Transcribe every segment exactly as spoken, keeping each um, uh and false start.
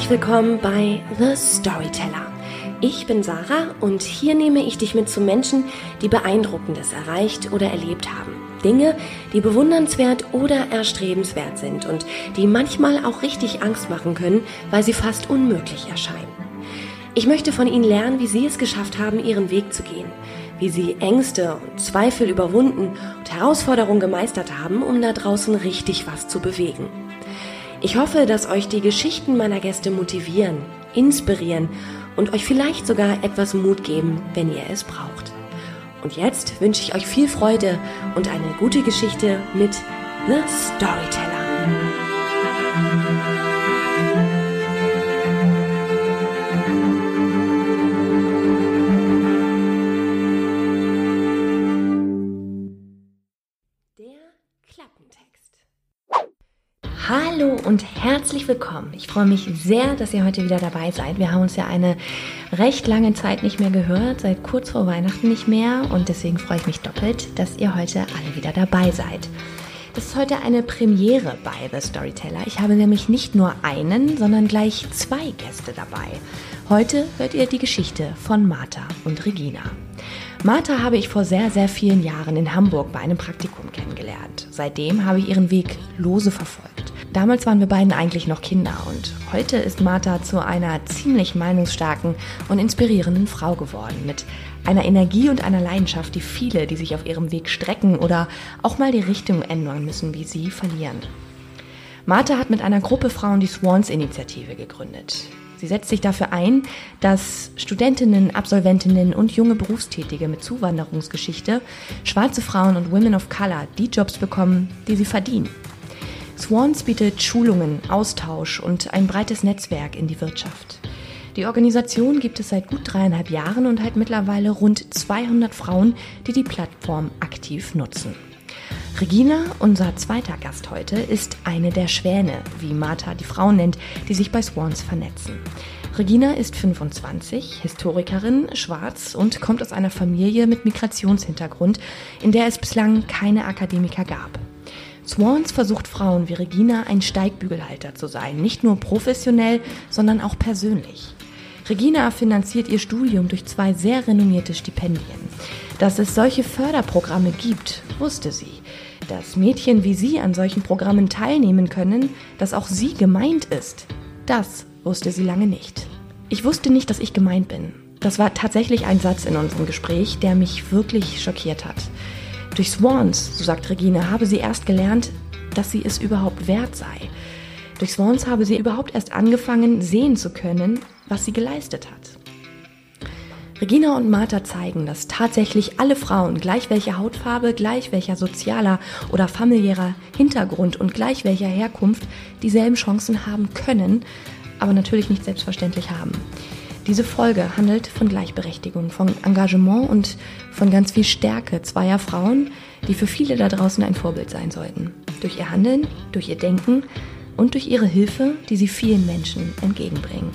Herzlich willkommen bei The Storyteller. Ich bin Sarah und hier nehme ich dich mit zu Menschen, die Beeindruckendes erreicht oder erlebt haben. Dinge, die bewundernswert oder erstrebenswert sind und die manchmal auch richtig Angst machen können, weil sie fast unmöglich erscheinen. Ich möchte von ihnen lernen, wie sie es geschafft haben, ihren Weg zu gehen, wie sie Ängste und Zweifel überwunden und Herausforderungen gemeistert haben, um da draußen richtig was zu bewegen. Ich hoffe, dass euch die Geschichten meiner Gäste motivieren, inspirieren und euch vielleicht sogar etwas Mut geben, wenn ihr es braucht. Und jetzt wünsche ich euch viel Freude und eine gute Geschichte mit The Storyteller. Hallo und herzlich willkommen. Ich freue mich sehr, dass ihr heute wieder dabei seid. Wir haben uns ja eine recht lange Zeit nicht mehr gehört, seit kurz vor Weihnachten nicht mehr, und deswegen freue ich mich doppelt, dass ihr heute alle wieder dabei seid. Das ist heute eine Premiere bei The Storyteller. Ich habe nämlich nicht nur einen, sondern gleich zwei Gäste dabei. Heute hört ihr die Geschichte von Martha und Regina. Martha habe ich vor sehr, sehr vielen Jahren in Hamburg bei einem Praktikum kennengelernt. Seitdem habe ich ihren Weg lose verfolgt. Damals waren wir beiden eigentlich noch Kinder und heute ist Martha zu einer ziemlich meinungsstarken und inspirierenden Frau geworden, mit einer Energie und einer Leidenschaft, die viele, die sich auf ihrem Weg strecken oder auch mal die Richtung ändern müssen, wie sie, verlieren. Martha hat mit einer Gruppe Frauen die Swans-Initiative gegründet. Sie setzt sich dafür ein, dass Studentinnen, Absolventinnen und junge Berufstätige mit Zuwanderungsgeschichte, schwarze Frauen und Women of Color die Jobs bekommen, die sie verdienen. Swans bietet Schulungen, Austausch und ein breites Netzwerk in die Wirtschaft. Die Organisation gibt es seit gut dreieinhalb Jahren und hat mittlerweile rund zweihundert Frauen, die die Plattform aktiv nutzen. Regina, unser zweiter Gast heute, ist eine der Schwäne, wie Martha die Frauen nennt, die sich bei Swans vernetzen. Regina ist fünfundzwanzig, Historikerin, schwarz und kommt aus einer Familie mit Migrationshintergrund, in der es bislang keine Akademiker gab. Swans versucht Frauen wie Regina ein Steigbügelhalter zu sein, nicht nur professionell, sondern auch persönlich. Regina finanziert ihr Studium durch zwei sehr renommierte Stipendien. Dass es solche Förderprogramme gibt, wusste sie. Dass Mädchen wie sie an solchen Programmen teilnehmen können, dass auch sie gemeint ist, das wusste sie lange nicht. Ich wusste nicht, dass ich gemeint bin. Das war tatsächlich ein Satz in unserem Gespräch, der mich wirklich schockiert hat. Durch Swans, so sagt Regina, habe sie erst gelernt, dass sie es überhaupt wert sei. Durch Swans habe sie überhaupt erst angefangen, sehen zu können, was sie geleistet hat. Regina und Martha zeigen, dass tatsächlich alle Frauen, gleich welcher Hautfarbe, gleich welcher sozialer oder familiärer Hintergrund und gleich welcher Herkunft, dieselben Chancen haben können, aber natürlich nicht selbstverständlich haben. Diese Folge handelt von Gleichberechtigung, von Engagement und von ganz viel Stärke zweier Frauen, die für viele da draußen ein Vorbild sein sollten. Durch ihr Handeln, durch ihr Denken und durch ihre Hilfe, die sie vielen Menschen entgegenbringen.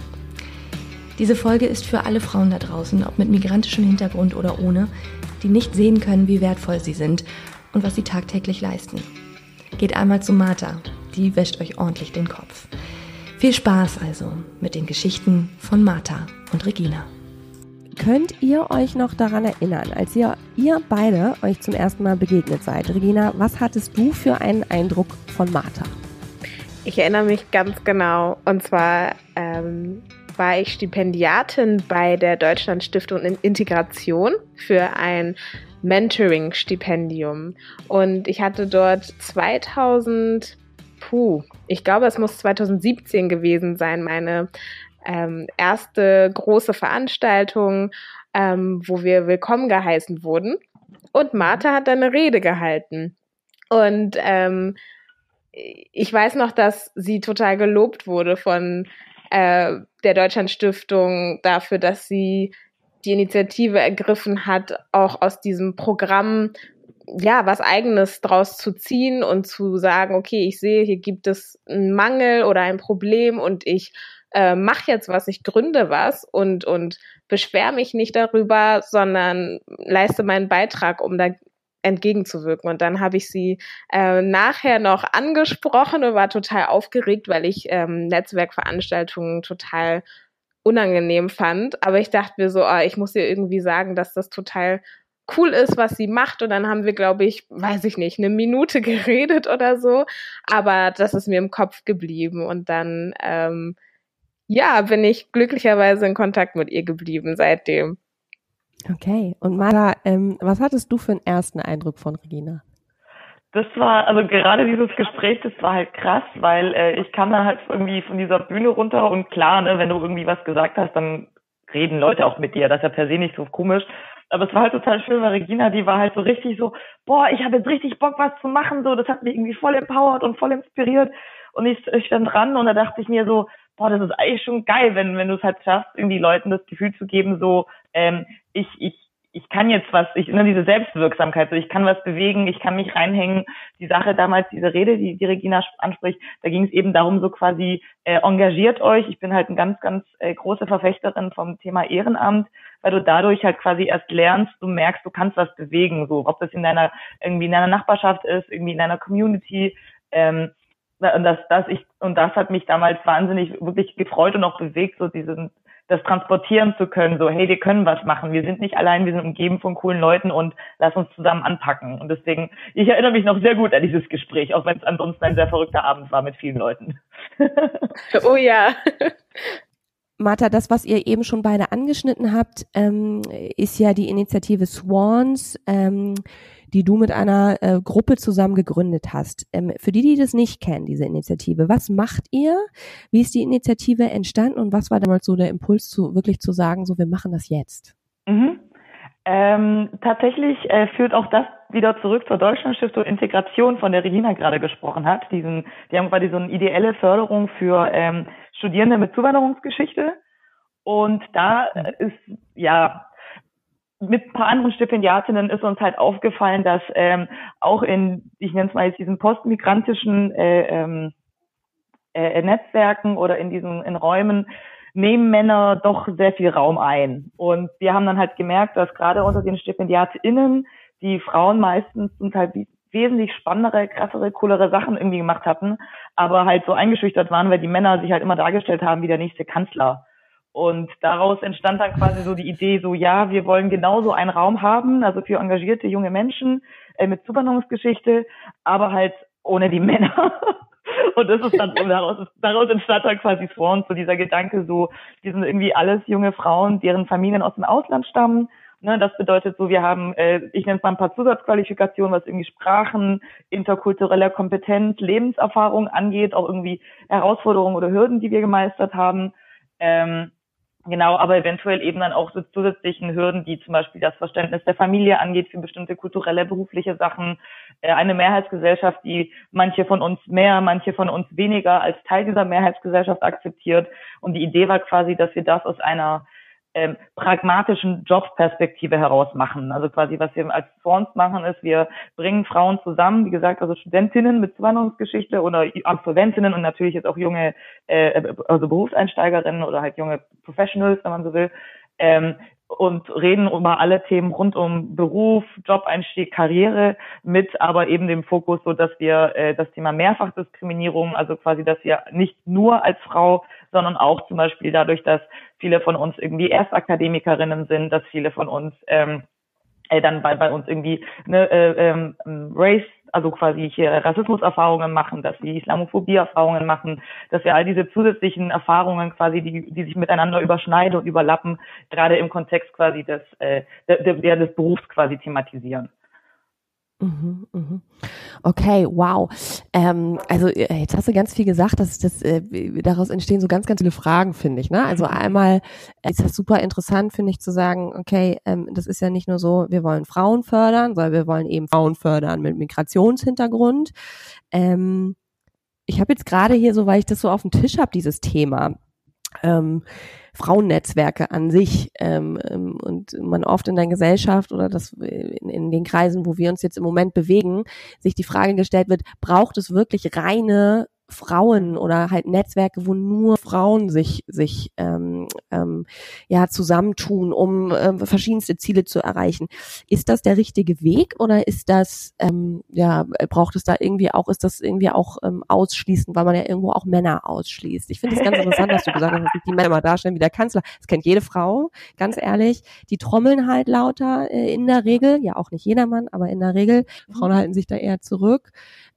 Diese Folge ist für alle Frauen da draußen, ob mit migrantischem Hintergrund oder ohne, die nicht sehen können, wie wertvoll sie sind und was sie tagtäglich leisten. Geht einmal zu Martha, die wäscht euch ordentlich den Kopf. Viel Spaß also mit den Geschichten von Martha und Regina. Könnt ihr euch noch daran erinnern, als ihr, ihr beide euch zum ersten Mal begegnet seid? Regina, was hattest du für einen Eindruck von Martha? Ich erinnere mich ganz genau. Und zwar ähm, war ich Stipendiatin bei der Deutschland Stiftung Integration für ein Mentoring-Stipendium. Und ich hatte dort zweitausend, puh, ich glaube, es muss zweitausendsiebzehn gewesen sein, meine ähm, erste große Veranstaltung, ähm, wo wir willkommen geheißen wurden. Und Martha hat dann eine Rede gehalten. Und ähm, ich weiß noch, dass sie total gelobt wurde von äh, der Deutschland Stiftung dafür, dass sie die Initiative ergriffen hat, auch aus diesem Programm ja, was Eigenes draus zu ziehen und zu sagen, okay, ich sehe, hier gibt es einen Mangel oder ein Problem und ich äh, mache jetzt was, ich gründe was und, und beschwere mich nicht darüber, sondern leiste meinen Beitrag, um da entgegenzuwirken. Und dann habe ich sie äh, nachher noch angesprochen und war total aufgeregt, weil ich ähm, Netzwerkveranstaltungen total unangenehm fand. Aber ich dachte mir so, oh, ich muss ihr irgendwie sagen, dass das total cool ist, was sie macht. Und dann haben wir, glaube ich, weiß ich nicht, eine Minute geredet oder so. Aber das ist mir im Kopf geblieben. Und dann, ähm, ja, bin ich glücklicherweise in Kontakt mit ihr geblieben seitdem. Okay. Und Mara, ähm, was hattest du für einen ersten Eindruck von Regina? Das war, also gerade dieses Gespräch, das war halt krass, weil äh, ich kam dann halt irgendwie von dieser Bühne runter und klar, ne, wenn du irgendwie was gesagt hast, dann reden Leute auch mit dir. Das ist ja per se nicht so komisch. Aber es war halt total schön, weil Regina, die war halt so richtig so, boah, ich habe jetzt richtig Bock, was zu machen. So, das hat mich irgendwie voll empowert und voll inspiriert. Und ich, ich stand dran und da dachte ich mir so, boah, das ist eigentlich schon geil, wenn wenn du es halt schaffst, irgendwie Leuten das Gefühl zu geben, so, ähm, ich ich ich kann jetzt was, ich ne, diese Selbstwirksamkeit, so ich kann was bewegen, ich kann mich reinhängen. Die Sache damals, diese Rede, die die Regina anspricht, da ging es eben darum, so quasi äh, engagiert euch. Ich bin halt ein ganz, ganz äh, große Verfechterin vom Thema Ehrenamt, weil du dadurch halt quasi erst lernst, du merkst, du kannst was bewegen, so ob das in deiner irgendwie in deiner Nachbarschaft ist, irgendwie in deiner Community. Ähm, und das, das ich und das hat mich damals wahnsinnig wirklich gefreut und auch bewegt, so diesen das transportieren zu können, so, hey, wir können was machen, wir sind nicht allein, wir sind umgeben von coolen Leuten und lass uns zusammen anpacken. Und deswegen, ich erinnere mich noch sehr gut an dieses Gespräch, auch wenn es ansonsten ein sehr verrückter Abend war mit vielen Leuten. Oh ja. Martha, das, was ihr eben schon beide angeschnitten habt, ähm, ist ja die Initiative Swans, ähm, die du mit einer äh, Gruppe zusammen gegründet hast. Ähm, für die, die das nicht kennen, diese Initiative, was macht ihr? Wie ist die Initiative entstanden und was war damals so der Impuls, zu wirklich zu sagen, so wir machen das jetzt? Mhm. Ähm, tatsächlich äh, führt auch das wieder zurück zur Deutschlandstiftung Integration, von der Regina gerade gesprochen hat. Diesen, die haben quasi so eine ideelle Förderung für ähm, Studierende mit Zuwanderungsgeschichte. Und da ist, ja, mit ein paar anderen Stipendiatinnen ist uns halt aufgefallen, dass ähm, auch in, ich nenne es mal jetzt diesen postmigrantischen äh, ähm, äh, Netzwerken oder in diesen in Räumen nehmen Männer doch sehr viel Raum ein. Und wir haben dann halt gemerkt, dass gerade unter den StipendiatInnen die Frauen meistens zum Teil wesentlich spannendere, krassere, coolere Sachen irgendwie gemacht hatten, aber halt so eingeschüchtert waren, weil die Männer sich halt immer dargestellt haben wie der nächste Kanzler. Und daraus entstand dann quasi so die Idee, so ja, wir wollen genauso einen Raum haben, also für engagierte junge Menschen äh, mit Zuwanderungsgeschichte, aber halt ohne die Männer. Und das ist dann, daraus, daraus entstand dann quasi Swans, so dieser Gedanke, so, wir sind irgendwie alles junge Frauen, deren Familien aus dem Ausland stammen. Ne, das bedeutet so, wir haben, äh, ich nenne es mal ein paar Zusatzqualifikationen, was irgendwie Sprachen, interkulturelle Kompetenz, Lebenserfahrung angeht, auch irgendwie Herausforderungen oder Hürden, die wir gemeistert haben. Ähm, Genau, aber eventuell eben dann auch so zusätzlichen Hürden, die zum Beispiel das Verständnis der Familie angeht für bestimmte kulturelle, berufliche Sachen. Äh, eine Mehrheitsgesellschaft, die manche von uns mehr, manche von uns weniger als Teil dieser Mehrheitsgesellschaft akzeptiert. Und die Idee war quasi, dass wir das aus einer ähm, pragmatischen Jobperspektive heraus machen. Also quasi, was wir als Swans machen, ist, wir bringen Frauen zusammen, wie gesagt, also Studentinnen mit Zuwanderungsgeschichte oder Absolventinnen und natürlich jetzt auch junge, äh, also Berufseinsteigerinnen oder halt junge Professionals, wenn man so will, ähm, und reden über alle Themen rund um Beruf, Jobeinstieg, Karriere mit aber eben dem Fokus so, dass wir äh, das Thema Mehrfachdiskriminierung, also quasi, dass wir nicht nur als Frau, sondern auch zum Beispiel dadurch, dass viele von uns irgendwie Erstakademikerinnen sind, dass viele von uns ähm, äh, dann bei, bei uns irgendwie eine äh, ähm, Race, also quasi hier Rassismuserfahrungen machen, dass wir Islamophobie-Erfahrungen machen, dass wir all diese zusätzlichen Erfahrungen quasi, die, die sich miteinander überschneiden und überlappen, gerade im Kontext quasi des, äh, der, der, des Berufs quasi thematisieren. Mhm, mhm. Okay, wow. Ähm, also jetzt hast du ganz viel gesagt, dass das äh, daraus entstehen so ganz, ganz viele Fragen, finde ich. Ne? Also einmal ist das super interessant, finde ich, zu sagen, okay, ähm, das ist ja nicht nur so, wir wollen Frauen fördern, sondern wir wollen eben Frauen fördern mit Migrationshintergrund. Ähm, ich habe jetzt gerade hier, so weil ich das so auf dem Tisch habe, dieses Thema. Ähm, Frauennetzwerke an sich ähm, und man oft in der Gesellschaft oder das in, in den Kreisen, wo wir uns jetzt im Moment bewegen, sich die Frage gestellt wird, braucht es wirklich reine Frauen oder halt Netzwerke, wo nur Frauen sich sich ähm, ähm, ja zusammentun, um ähm, verschiedenste Ziele zu erreichen. Ist das der richtige Weg oder ist das ähm, ja braucht es da irgendwie auch ist das irgendwie auch ähm, ausschließend, weil man ja irgendwo auch Männer ausschließt? Ich finde es ganz interessant, dass du gesagt hast, dass sich die Männer mal darstellen wie der Kanzler. Das kennt jede Frau, ganz ehrlich. Die trommeln halt lauter äh, in der Regel, ja auch nicht jedermann, aber in der Regel. Frauen halten sich da eher zurück.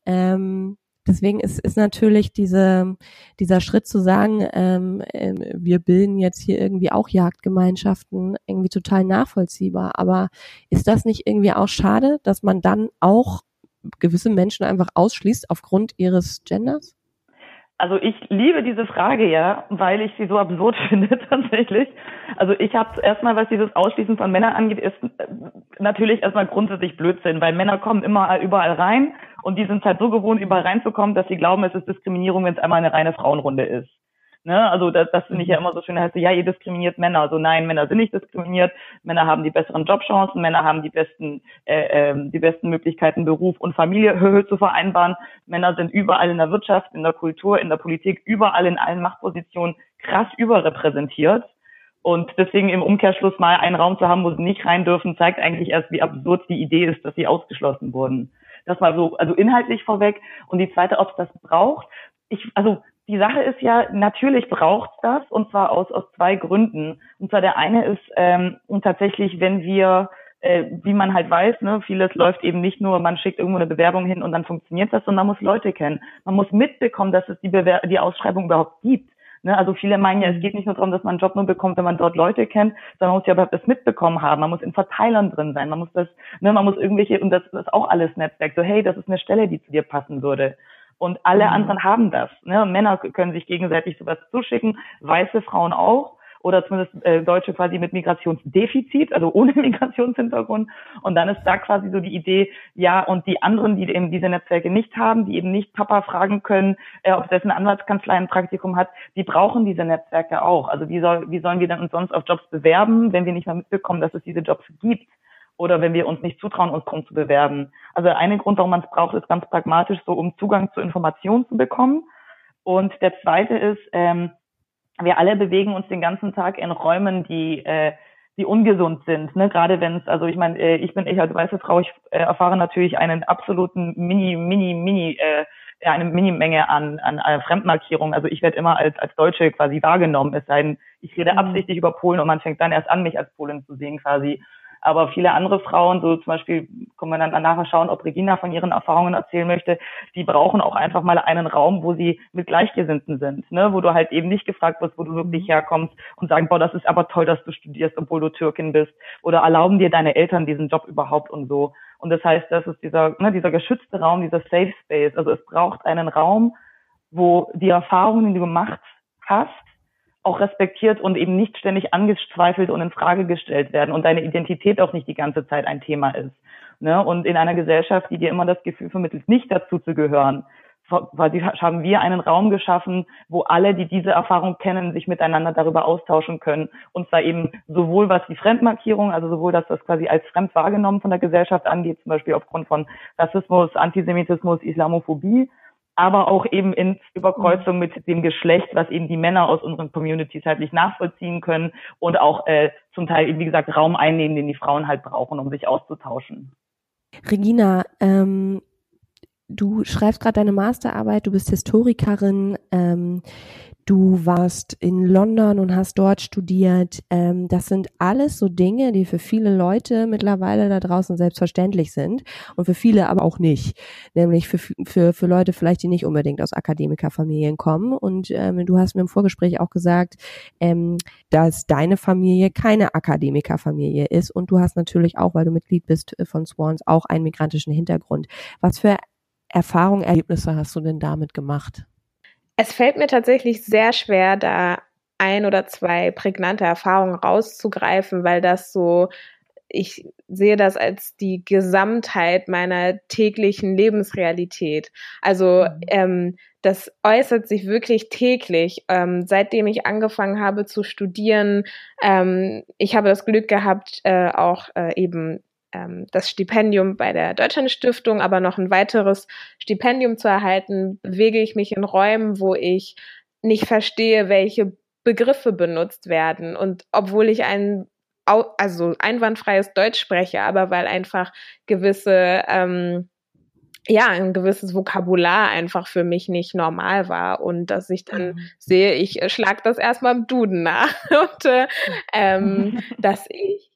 Ähm, Deswegen ist, ist natürlich diese, dieser Schritt zu sagen, ähm, äh, wir bilden jetzt hier irgendwie auch Jagdgemeinschaften irgendwie total nachvollziehbar. Aber ist das nicht irgendwie auch schade, dass man dann auch gewisse Menschen einfach ausschließt aufgrund ihres Genders? Also ich liebe diese Frage ja, weil ich sie so absurd finde tatsächlich. Also ich habe erstmal, was dieses Ausschließen von Männern angeht, ist natürlich erstmal grundsätzlich Blödsinn, weil Männer kommen immer überall rein und die sind halt so gewohnt, überall reinzukommen, dass sie glauben, es ist Diskriminierung, wenn es einmal eine reine Frauenrunde ist. Ne? Also das, das finde ich ja immer so schön, heißt so, ja, ihr diskriminiert Männer. Also nein, Männer sind nicht diskriminiert. Männer haben die besseren Jobchancen, Männer haben die besten, äh, äh, die besten Möglichkeiten, Beruf und Familie höher zu vereinbaren. Männer sind überall in der Wirtschaft, in der Kultur, in der Politik, überall in allen Machtpositionen krass überrepräsentiert. Und deswegen im Umkehrschluss mal einen Raum zu haben, wo sie nicht rein dürfen, zeigt eigentlich erst, wie absurd die Idee ist, dass sie ausgeschlossen wurden. Das mal so, also inhaltlich vorweg. Und die zweite, ob es das braucht. Ich, also, die Sache ist ja, natürlich braucht's das, und zwar aus aus zwei Gründen. Und zwar der eine ist ähm, tatsächlich, wenn wir, äh, wie man halt weiß, ne, vieles läuft eben nicht nur, man schickt irgendwo eine Bewerbung hin und dann funktioniert das, sondern man muss Leute kennen. Man muss mitbekommen, dass es die Bewer- die Ausschreibung überhaupt gibt. Ne, also viele meinen ja, es geht nicht nur darum, dass man einen Job nur bekommt, wenn man dort Leute kennt, sondern man muss ja überhaupt das mitbekommen haben. Man muss in Verteilern drin sein. Man muss das, ne, man muss irgendwelche, und das, das ist auch alles Netzwerk. So, hey, das ist eine Stelle, die zu dir passen würde. Und alle anderen haben das. Ne? Männer können sich gegenseitig sowas zuschicken, weiße Frauen auch, oder zumindest äh, Deutsche quasi mit Migrationsdefizit, also ohne Migrationshintergrund. Und dann ist da quasi so die Idee, ja, und die anderen, die eben diese Netzwerke nicht haben, die eben nicht Papa fragen können, äh, ob dessen Anwaltskanzlei ein Praktikum hat, die brauchen diese Netzwerke auch. Also wie soll, wie sollen wir denn uns sonst auf Jobs bewerben, wenn wir nicht mal mitbekommen, dass es diese Jobs gibt? Oder wenn wir uns nicht zutrauen, uns drum zu bewerben. Also der eine Grund, warum man es braucht, ist ganz pragmatisch so, um Zugang zu Informationen zu bekommen. Und der zweite ist, ähm, wir alle bewegen uns den ganzen Tag in Räumen, die äh, die ungesund sind. Ne? Gerade wenn es, also ich meine, äh, ich bin ich als weiße Frau, ich äh, erfahre natürlich einen absoluten Mini, Mini, Mini, äh, ja, eine Minimenge an an äh, Fremdmarkierung. Also ich werde immer als als Deutsche quasi wahrgenommen, es sei denn, ich rede absichtlich über Polen und man fängt dann erst an, mich als Polin zu sehen quasi. Aber viele andere Frauen, so zum Beispiel, können wir dann nachher schauen, ob Regina von ihren Erfahrungen erzählen möchte, die brauchen auch einfach mal einen Raum, wo sie mit Gleichgesinnten sind, ne, wo du halt eben nicht gefragt wirst, wo du wirklich herkommst und sagen, boah, das ist aber toll, dass du studierst, obwohl du Türkin bist, oder erlauben dir deine Eltern diesen Job überhaupt und so. Und das heißt, das ist dieser, ne, dieser geschützte Raum, dieser Safe Space. Also es braucht einen Raum, wo die Erfahrungen, die du gemacht hast, auch respektiert und eben nicht ständig angezweifelt und in Frage gestellt werden und deine Identität auch nicht die ganze Zeit ein Thema ist. Ne? Und in einer Gesellschaft, die dir immer das Gefühl vermittelt, nicht dazu zu gehören, haben wir einen Raum geschaffen, wo alle, die diese Erfahrung kennen, sich miteinander darüber austauschen können. Und zwar eben sowohl was die Fremdmarkierung, also sowohl, dass das quasi als fremd wahrgenommen von der Gesellschaft angeht, zum Beispiel aufgrund von Rassismus, Antisemitismus, Islamophobie, aber auch eben in Überkreuzung mit dem Geschlecht, was eben die Männer aus unseren Communities halt nicht nachvollziehen können und auch äh, zum Teil eben, wie gesagt, Raum einnehmen, den die Frauen halt brauchen, um sich auszutauschen. Regina, ähm, du schreibst gerade deine Masterarbeit, du bist Historikerin, ähm, du warst in London und hast dort studiert. Ähm, das sind alles so Dinge, die für viele Leute mittlerweile da draußen selbstverständlich sind und für viele aber auch nicht. Nämlich für für für Leute vielleicht, die nicht unbedingt aus Akademikerfamilien kommen. Und ähm, du hast mir im Vorgespräch auch gesagt, ähm, dass deine Familie keine Akademikerfamilie ist und du hast natürlich auch, weil du Mitglied bist von Swans, auch einen migrantischen Hintergrund. Was für Erfahrungen, Erlebnisse hast du denn damit gemacht? Es fällt mir tatsächlich sehr schwer, da ein oder zwei prägnante Erfahrungen rauszugreifen, weil das so, ich sehe das als die Gesamtheit meiner täglichen Lebensrealität. Also ähm, das äußert sich wirklich täglich, ähm, seitdem ich angefangen habe zu studieren. Ähm, ich habe das Glück gehabt, äh, auch äh, eben ähm, das Stipendium bei der Deutschlandstiftung, aber noch ein weiteres Stipendium zu erhalten, bewege ich mich in Räumen, wo ich nicht verstehe, welche Begriffe benutzt werden. Und obwohl ich ein also einwandfreies Deutsch spreche, aber weil einfach gewisse ähm, ja, ein gewisses Vokabular einfach für mich nicht normal war und dass ich dann mhm. sehe, ich äh, schlag das erstmal im Duden nach und äh, ähm, dass ich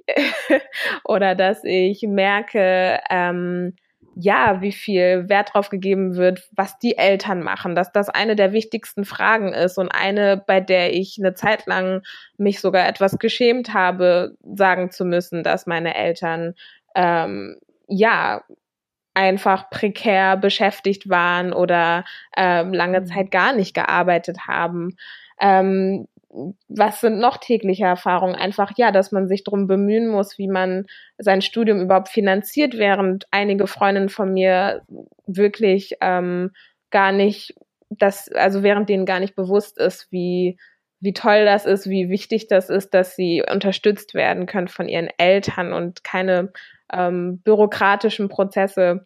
oder dass ich merke, ähm, ja, wie viel Wert drauf gegeben wird, was die Eltern machen, dass das eine der wichtigsten Fragen ist und eine, bei der ich eine Zeit lang mich sogar etwas geschämt habe, sagen zu müssen, dass meine Eltern ähm, ja einfach prekär beschäftigt waren oder ähm, lange Zeit gar nicht gearbeitet haben. Ähm, was sind noch tägliche Erfahrungen? Einfach, ja, dass man sich darum bemühen muss, wie man sein Studium überhaupt finanziert, während einige Freundinnen von mir wirklich ähm, gar nicht, das, also während denen gar nicht bewusst ist, wie wie toll das ist, wie wichtig das ist, dass sie unterstützt werden können von ihren Eltern und keine ähm, bürokratischen Prozesse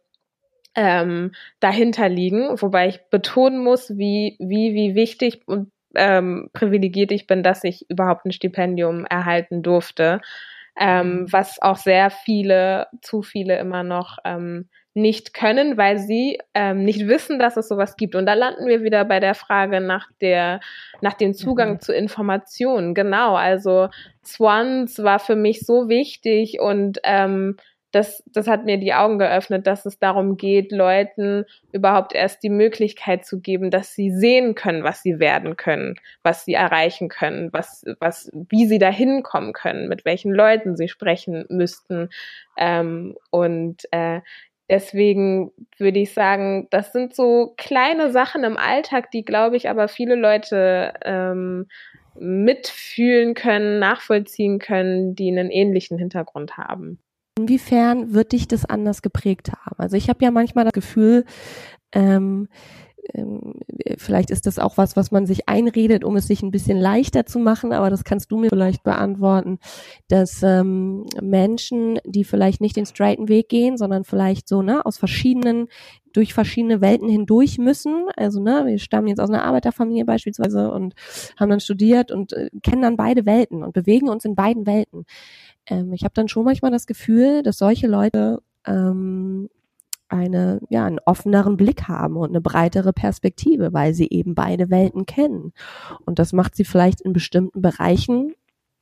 ähm, dahinter liegen, wobei ich betonen muss, wie wie wie wichtig und ähm, privilegiert ich bin, dass ich überhaupt ein Stipendium erhalten durfte, ähm, was auch sehr viele, zu viele immer noch ähm, nicht können, weil sie ähm, nicht wissen, dass es sowas gibt. Und da landen wir wieder bei der Frage nach der, nach dem Zugang mhm. zu Informationen. Genau, also Swans war für mich so wichtig und ähm, das, das hat mir die Augen geöffnet, dass es darum geht, Leuten überhaupt erst die Möglichkeit zu geben, dass sie sehen können, was sie werden können, was sie erreichen können, was, was, wie sie dahin kommen können, mit welchen Leuten sie sprechen müssten. Ähm, und äh, deswegen würde ich sagen, das sind so kleine Sachen im Alltag, die, glaube ich, aber viele Leute ähm, mitfühlen können, nachvollziehen können, die einen ähnlichen Hintergrund haben. Inwiefern wird dich das anders geprägt haben? Also ich habe ja manchmal das Gefühl, ähm, ähm, vielleicht ist das auch was, was man sich einredet, um es sich ein bisschen leichter zu machen, aber das kannst du mir vielleicht beantworten, dass ähm, Menschen, die vielleicht nicht den straighten Weg gehen, sondern vielleicht so ne aus verschiedenen, durch verschiedene Welten hindurch müssen, also ne, wir stammen jetzt aus einer Arbeiterfamilie beispielsweise und haben dann studiert und äh, kennen dann beide Welten und bewegen uns in beiden Welten. Ähm, ich habe dann schon manchmal das Gefühl, dass solche Leute ähm, eine, ja, einen offeneren Blick haben und eine breitere Perspektive, weil sie eben beide Welten kennen. Und das macht sie vielleicht in bestimmten Bereichen,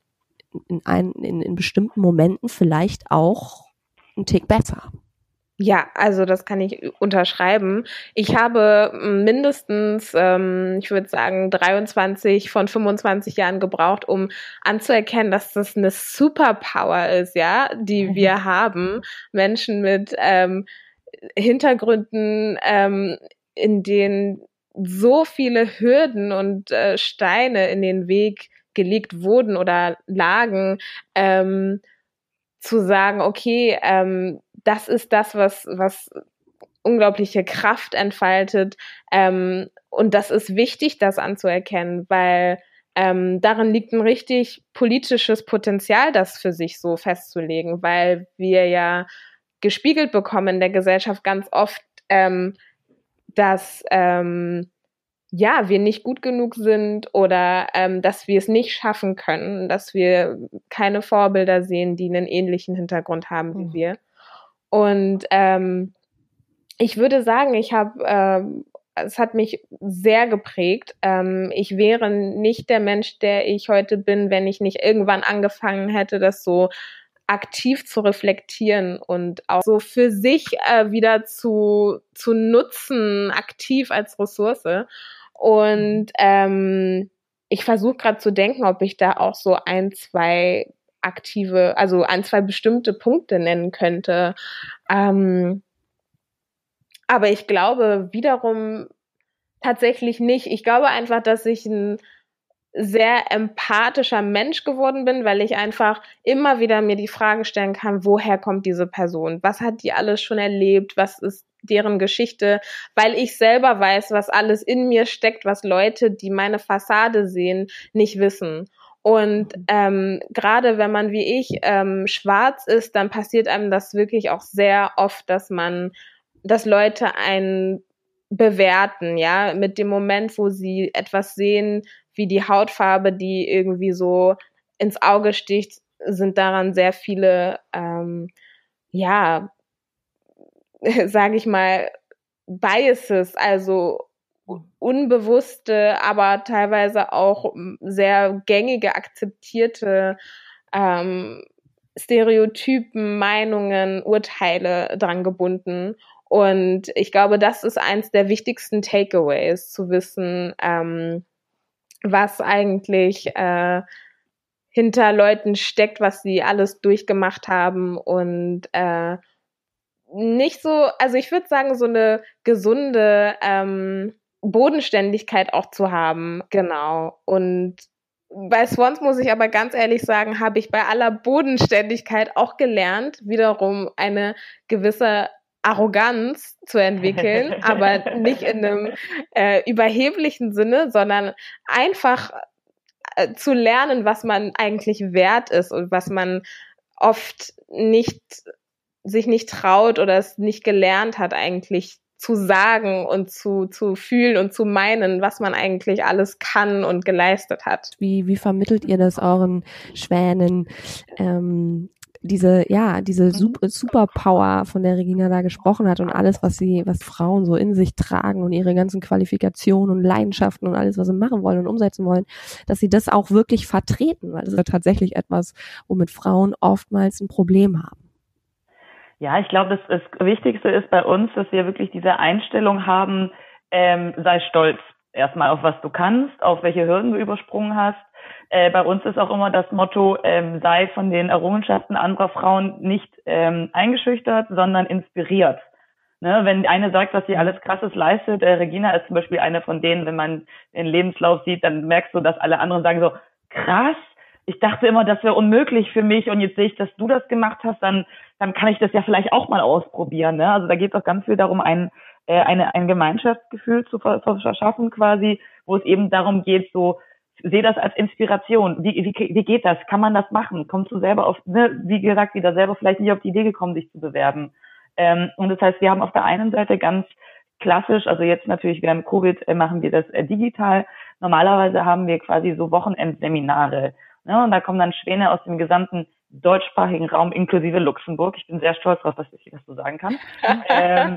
in, ein, in, in bestimmten Momenten vielleicht auch einen Tick besser. Ja, also das kann ich unterschreiben. Ich habe mindestens, ähm, ich würde sagen, dreiundzwanzig von fünfundzwanzig Jahren gebraucht, um anzuerkennen, dass das eine Superpower ist, ja, die mhm. wir haben. Menschen mit ähm, Hintergründen, ähm, in denen so viele Hürden und äh, Steine in den Weg gelegt wurden oder lagen, ähm, zu sagen, okay, ähm, das ist das, was, was unglaubliche Kraft entfaltet. Ähm, und das ist wichtig, das anzuerkennen, weil ähm, darin liegt ein richtig politisches Potenzial, das für sich so festzulegen, weil wir ja gespiegelt bekommen in der Gesellschaft ganz oft, ähm, dass ähm, ja, wir nicht gut genug sind oder ähm, dass wir es nicht schaffen können, dass wir keine Vorbilder sehen, die einen ähnlichen Hintergrund haben wie wir. Und ähm, ich würde sagen, ich habe, ähm, es hat mich sehr geprägt. Ähm, ich wäre nicht der Mensch, der ich heute bin, wenn ich nicht irgendwann angefangen hätte, das so aktiv zu reflektieren und auch so für sich äh, wieder zu, zu nutzen, aktiv als Ressource. Und ähm, ich versuche gerade zu denken, ob ich da auch so ein, zwei aktive, also ein, zwei bestimmte Punkte nennen könnte. Ähm, aber ich glaube wiederum tatsächlich nicht. Ich glaube einfach, dass ich ein sehr empathischer Mensch geworden bin, weil ich einfach immer wieder mir die Frage stellen kann, woher kommt diese Person? Was hat die alles schon erlebt? Was ist deren Geschichte? Weil ich selber weiß, was alles in mir steckt, was Leute, die meine Fassade sehen, nicht wissen. Und ähm, gerade wenn man wie ich ähm, schwarz ist, dann passiert einem das wirklich auch sehr oft, dass man, dass Leute einen bewerten, ja, mit dem Moment, wo sie etwas sehen, wie die Hautfarbe, die irgendwie so ins Auge sticht, sind daran sehr viele, ähm, ja, sage ich mal, Biases, also unbewusste, aber teilweise auch sehr gängige, akzeptierte ähm, Stereotypen, Meinungen, Urteile dran gebunden. Und ich glaube, das ist eins der wichtigsten Takeaways, zu wissen, ähm, was eigentlich äh, hinter Leuten steckt, was sie alles durchgemacht haben und äh, nicht so, also ich würde sagen, so eine gesunde ähm, Bodenständigkeit auch zu haben. Genau. Und bei Swans muss ich aber ganz ehrlich sagen, habe ich bei aller Bodenständigkeit auch gelernt, wiederum eine gewisse Arroganz zu entwickeln, aber nicht in einem äh, überheblichen Sinne, sondern einfach äh, zu lernen, was man eigentlich wert ist und was man oft nicht sich nicht traut oder es nicht gelernt hat, eigentlich zu sagen und zu, zu fühlen und zu meinen, was man eigentlich alles kann und geleistet hat. Wie, wie vermittelt ihr das euren Schwänen, ähm, diese, ja, diese Super, Superpower, von der Regina da gesprochen hat und alles, was sie, was Frauen so in sich tragen und ihre ganzen Qualifikationen und Leidenschaften und alles, was sie machen wollen und umsetzen wollen, dass sie das auch wirklich vertreten, weil das ist ja tatsächlich etwas, womit Frauen oftmals ein Problem haben. Ja, ich glaube, das, das Wichtigste ist bei uns, dass wir wirklich diese Einstellung haben, ähm, sei stolz erstmal auf was du kannst, auf welche Hürden du übersprungen hast. Äh, bei uns ist auch immer das Motto, ähm, sei von den Errungenschaften anderer Frauen nicht ähm, eingeschüchtert, sondern inspiriert. Ne, wenn eine sagt, was sie alles Krasses leistet, äh, Regina ist zum Beispiel eine von denen, wenn man den Lebenslauf sieht, dann merkst du, dass alle anderen sagen so, krass, ich dachte immer, das wäre unmöglich für mich und jetzt sehe ich, dass du das gemacht hast, dann dann kann ich das ja vielleicht auch mal ausprobieren. Ne? Also da geht es auch ganz viel darum, ein, äh, eine, ein Gemeinschaftsgefühl zu verschaffen quasi, wo es eben darum geht, so, sehe das als Inspiration. Wie, wie, wie geht das? Kann man das machen? Kommst du selber auf, ne, wie gesagt, wieder selber vielleicht nicht auf die Idee gekommen, sich zu bewerben. Ähm, und das heißt, wir haben auf der einen Seite ganz klassisch, also jetzt natürlich während Covid äh, machen wir das äh, digital. Normalerweise haben wir quasi so Wochenendseminare. Ne? Und da kommen dann Schwäne aus dem gesamten deutschsprachigen Raum inklusive Luxemburg. Ich bin sehr stolz darauf, dass ich das so sagen kann. ähm,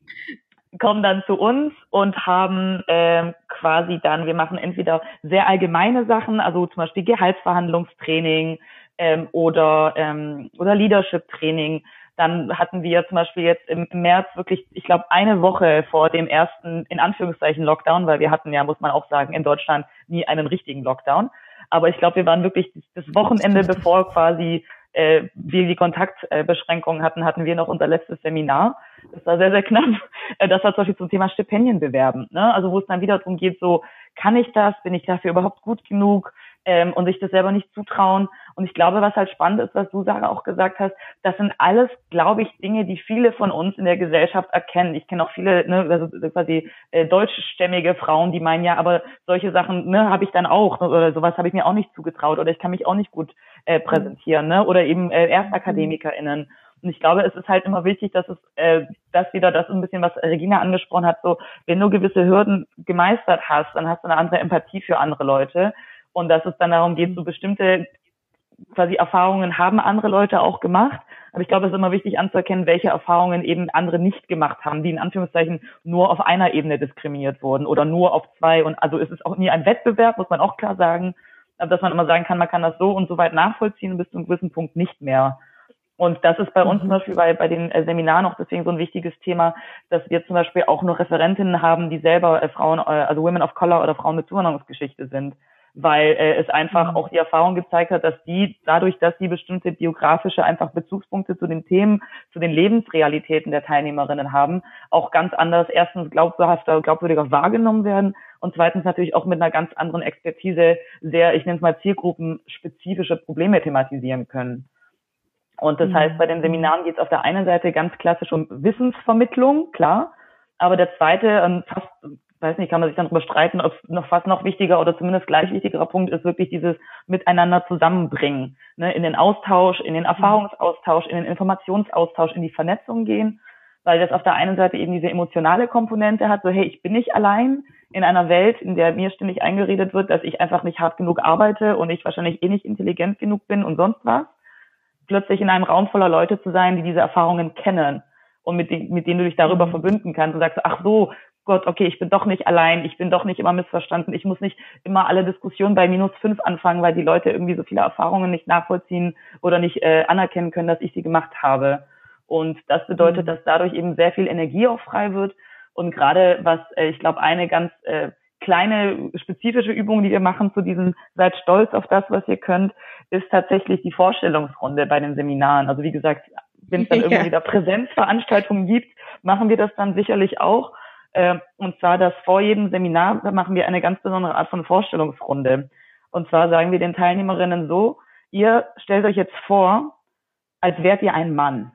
kommen dann zu uns und haben ähm, quasi dann, wir machen entweder sehr allgemeine Sachen, also zum Beispiel Gehaltsverhandlungstraining ähm, oder ähm, oder Leadership-Training. Dann hatten wir zum Beispiel jetzt im März wirklich, ich glaube, eine Woche vor dem ersten, in Anführungszeichen, Lockdown, weil wir hatten ja, muss man auch sagen, in Deutschland nie einen richtigen Lockdown. Aber ich glaube, wir waren wirklich das Wochenende, bevor quasi äh, wir die Kontaktbeschränkungen hatten, hatten wir noch unser letztes Seminar. Das war sehr, sehr knapp. Das war zum Beispiel zum Thema Stipendien bewerben. Ne? Also wo es dann wieder darum geht, so, kann ich das? Bin ich dafür überhaupt gut genug? Ähm, und sich das selber nicht zutrauen. Und ich glaube, was halt spannend ist, was du, Sarah, auch gesagt hast, das sind alles, glaube ich, Dinge, die viele von uns in der Gesellschaft erkennen. Ich kenne auch viele, ne, also quasi äh, deutschstämmige Frauen, die meinen, ja, aber solche Sachen, ne, habe ich dann auch, oder sowas habe ich mir auch nicht zugetraut, oder ich kann mich auch nicht gut äh, präsentieren, ne, oder eben äh, ErstakademikerInnen. Und ich glaube, es ist halt immer wichtig, dass es, äh, das wieder, das ein bisschen, was Regina angesprochen hat, so, wenn du gewisse Hürden gemeistert hast, dann hast du eine andere Empathie für andere Leute. Und dass es dann darum geht, so bestimmte quasi Erfahrungen haben andere Leute auch gemacht. Aber ich glaube, es ist immer wichtig anzuerkennen, welche Erfahrungen eben andere nicht gemacht haben, die in Anführungszeichen nur auf einer Ebene diskriminiert wurden oder nur auf zwei. Und also es ist auch nie ein Wettbewerb, muss man auch klar sagen, dass man immer sagen kann, man kann das so und so weit nachvollziehen und bis zu einem gewissen Punkt nicht mehr. Und das ist bei uns zum Beispiel bei, bei den äh, Seminaren auch deswegen so ein wichtiges Thema, dass wir zum Beispiel auch nur Referentinnen haben, die selber äh, Frauen, äh, also Women of Color oder Frauen mit Zuwanderungsgeschichte sind. Weil äh, es einfach mhm. auch die Erfahrung gezeigt hat, dass die dadurch, dass sie bestimmte biografische einfach Bezugspunkte zu den Themen, zu den Lebensrealitäten der Teilnehmerinnen haben, auch ganz anders erstens glaubhafter, glaubwürdiger wahrgenommen werden und zweitens natürlich auch mit einer ganz anderen Expertise sehr, ich nenne es mal zielgruppenspezifische Probleme thematisieren können. Und das mhm. heißt, bei den Seminaren geht es auf der einen Seite ganz klassisch um Wissensvermittlung, klar, aber der zweite, fast weiß nicht, kann man sich dann darüber streiten, ob es noch fast noch wichtiger oder zumindest gleich wichtigerer Punkt ist, wirklich dieses Miteinander zusammenbringen, ne, in den Austausch, in den Erfahrungsaustausch, in den Informationsaustausch, in die Vernetzung gehen, weil das auf der einen Seite eben diese emotionale Komponente hat, so hey, ich bin nicht allein in einer Welt, in der mir ständig eingeredet wird, dass ich einfach nicht hart genug arbeite und ich wahrscheinlich eh nicht intelligent genug bin und sonst was. Plötzlich in einem Raum voller Leute zu sein, die diese Erfahrungen kennen und mit, den, mit denen du dich darüber mhm. verbünden kannst und sagst, ach so, Gott, okay, ich bin doch nicht allein, ich bin doch nicht immer missverstanden, ich muss nicht immer alle Diskussionen bei minus fünf anfangen, weil die Leute irgendwie so viele Erfahrungen nicht nachvollziehen oder nicht äh, anerkennen können, dass ich sie gemacht habe. Und das bedeutet, mhm. dass dadurch eben sehr viel Energie auch frei wird. Und gerade was, äh, ich glaube, eine ganz äh, kleine spezifische Übung, die wir machen zu diesem seid stolz auf das, was ihr könnt, ist tatsächlich die Vorstellungsrunde bei den Seminaren. Also wie gesagt, wenn es dann ja. irgendwie wieder Präsenzveranstaltungen gibt, machen wir das dann sicherlich auch. Äh, und zwar, dass vor jedem Seminar, da machen wir eine ganz besondere Art von Vorstellungsrunde. Und zwar sagen wir den Teilnehmerinnen so, ihr stellt euch jetzt vor, als wärt ihr ein Mann.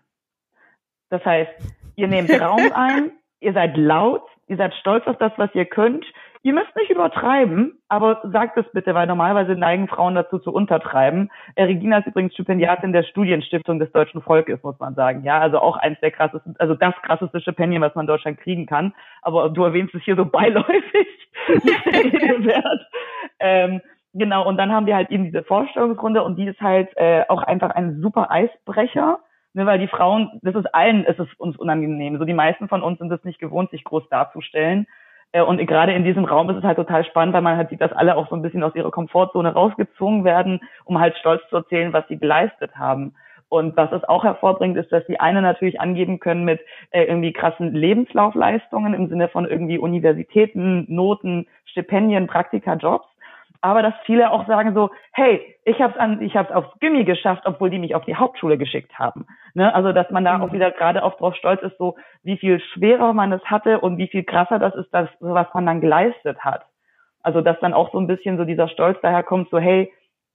Das heißt, ihr nehmt Raum ein, ihr seid laut, ihr seid stolz auf das, was ihr könnt. Ihr müsst nicht übertreiben, aber sagt es bitte, weil normalerweise neigen Frauen dazu zu untertreiben. Äh, Regina ist übrigens Stipendiatin der Studienstiftung des deutschen Volkes, muss man sagen. Ja, also auch eins der krassesten, also das krasseste Stipendium, was man in Deutschland kriegen kann. Aber du erwähnst es hier so beiläufig, nicht der Rede wert. Ähm, genau, und dann haben wir halt eben diese Vorstellungsrunde und die ist halt äh, auch einfach ein super Eisbrecher. Ne, weil die Frauen, das ist allen, ist es uns unangenehm. So die meisten von uns sind es nicht gewohnt, sich groß darzustellen. Und gerade in diesem Raum ist es halt total spannend, weil man halt sieht, dass alle auch so ein bisschen aus ihrer Komfortzone rausgezwungen werden, um halt stolz zu erzählen, was sie geleistet haben. Und was es auch hervorbringt, ist, dass die eine natürlich angeben können mit äh, irgendwie krassen Lebenslaufleistungen im Sinne von irgendwie Universitäten, Noten, Stipendien, Praktika, Jobs. Aber dass viele auch sagen so, hey, ich hab's an, ich hab's aufs Gymi geschafft, obwohl die mich auf die Hauptschule geschickt haben. Ne? Also dass man da mhm. auch wieder gerade oft drauf stolz ist, so wie viel schwerer man es hatte und wie viel krasser das ist, das, was man dann geleistet hat. Also dass dann auch so ein bisschen so dieser Stolz daherkommt, so hey,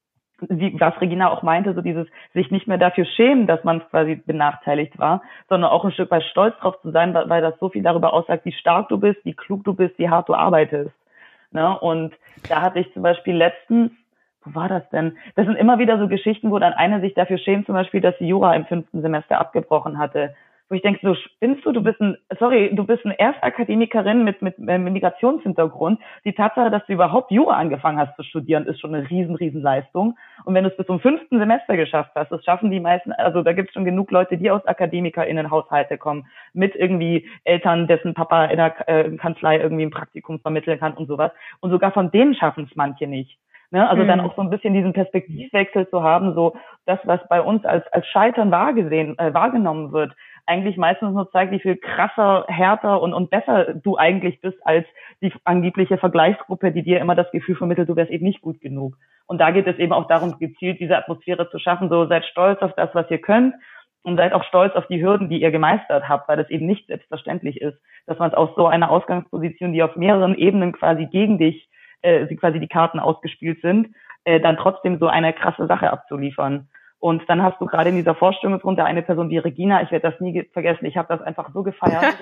wie, was Regina auch meinte, so dieses sich nicht mehr dafür schämen, dass man quasi benachteiligt war, sondern auch ein Stück weit stolz drauf zu sein, weil, weil das so viel darüber aussagt, wie stark du bist, wie klug du bist, wie hart du arbeitest. Ne? Und da hatte ich zum Beispiel letztens, wo war das denn? Das sind immer wieder so Geschichten, wo dann eine sich dafür schämt, zum Beispiel, dass sie Jura im fünften Semester abgebrochen hatte. Wo ich denke, so spinnst du, du bist ein, sorry, du bist eine Erstakademikerin mit, mit, mit Migrationshintergrund. Die Tatsache, dass du überhaupt Jura angefangen hast zu studieren, ist schon eine riesen, riesen Leistung. Und wenn du es bis zum fünften Semester geschafft hast, das schaffen die meisten, also da gibt es schon genug Leute, die aus AkademikerInnenhaushalte kommen, mit irgendwie Eltern, dessen Papa in der äh, Kanzlei irgendwie ein Praktikum vermitteln kann und sowas. Und sogar von denen schaffen es manche nicht. Ne? Also mhm. dann auch so ein bisschen diesen Perspektivwechsel zu haben, so das, was bei uns als, als Scheitern wahrgesehen, äh, wahrgenommen wird, eigentlich meistens nur zeigt, wie viel krasser, härter und, und besser du eigentlich bist als die angebliche Vergleichsgruppe, die dir immer das Gefühl vermittelt, du wärst eben nicht gut genug. Und da geht es eben auch darum, gezielt diese Atmosphäre zu schaffen, so seid stolz auf das, was ihr könnt und seid auch stolz auf die Hürden, die ihr gemeistert habt, weil das eben nicht selbstverständlich ist, dass man aus so einer Ausgangsposition, die auf mehreren Ebenen quasi gegen dich, äh, quasi die Karten ausgespielt sind, äh, dann trotzdem so eine krasse Sache abzuliefern. Und dann hast du gerade in dieser Vorstellungsrunde eine Person wie Regina, ich werde das nie vergessen, ich habe das einfach so gefeiert.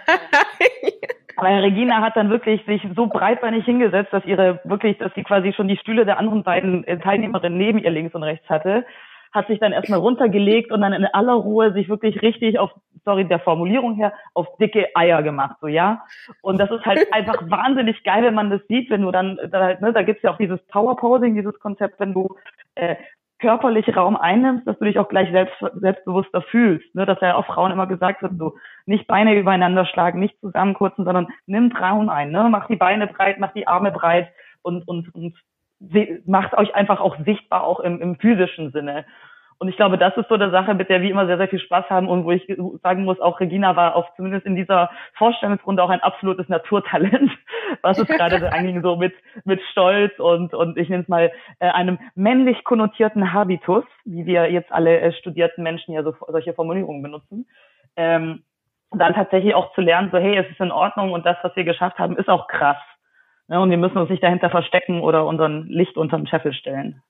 Weil Regina hat dann wirklich sich so breitbeinig hingesetzt, dass ihre wirklich, dass sie quasi schon die Stühle der anderen beiden Teilnehmerinnen neben ihr links und rechts hatte, hat sich dann erstmal runtergelegt und dann in aller Ruhe sich wirklich richtig auf, sorry, der Formulierung her, auf dicke Eier gemacht, so, ja. Und das ist halt einfach wahnsinnig geil, wenn man das sieht, wenn du dann, da halt, ne, da gibt's ja auch dieses Power-Posing, dieses Konzept, wenn du, äh, körperlich Raum einnimmst, dass du dich auch gleich selbst, selbstbewusster fühlst. Ne? Dass ja auch Frauen immer gesagt wird, so nicht Beine übereinander schlagen, nicht zusammenkürzen, sondern nimm Raum ein. Ne? Mach die Beine breit, mach die Arme breit und, und, und macht euch einfach auch sichtbar, auch im, im physischen Sinne. Und ich glaube, das ist so eine Sache, mit der wir immer sehr, sehr viel Spaß haben und wo ich sagen muss, auch Regina war auch zumindest in dieser Vorstellungsrunde auch ein absolutes Naturtalent, was es gerade so anging, so mit mit Stolz und und ich nenne es mal äh, einem männlich konnotierten Habitus, wie wir jetzt alle äh, studierten Menschen ja so solche Formulierungen benutzen. Ähm, und dann tatsächlich auch zu lernen, so hey, es ist in Ordnung und das, was wir geschafft haben, ist auch krass. Ja, und wir müssen uns nicht dahinter verstecken oder unseren Licht unterm Scheffel stellen.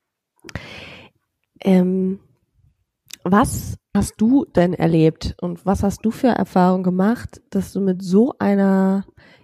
Ähm, was hast du denn erlebt und was hast du für Erfahrungen gemacht, dass du mit so einer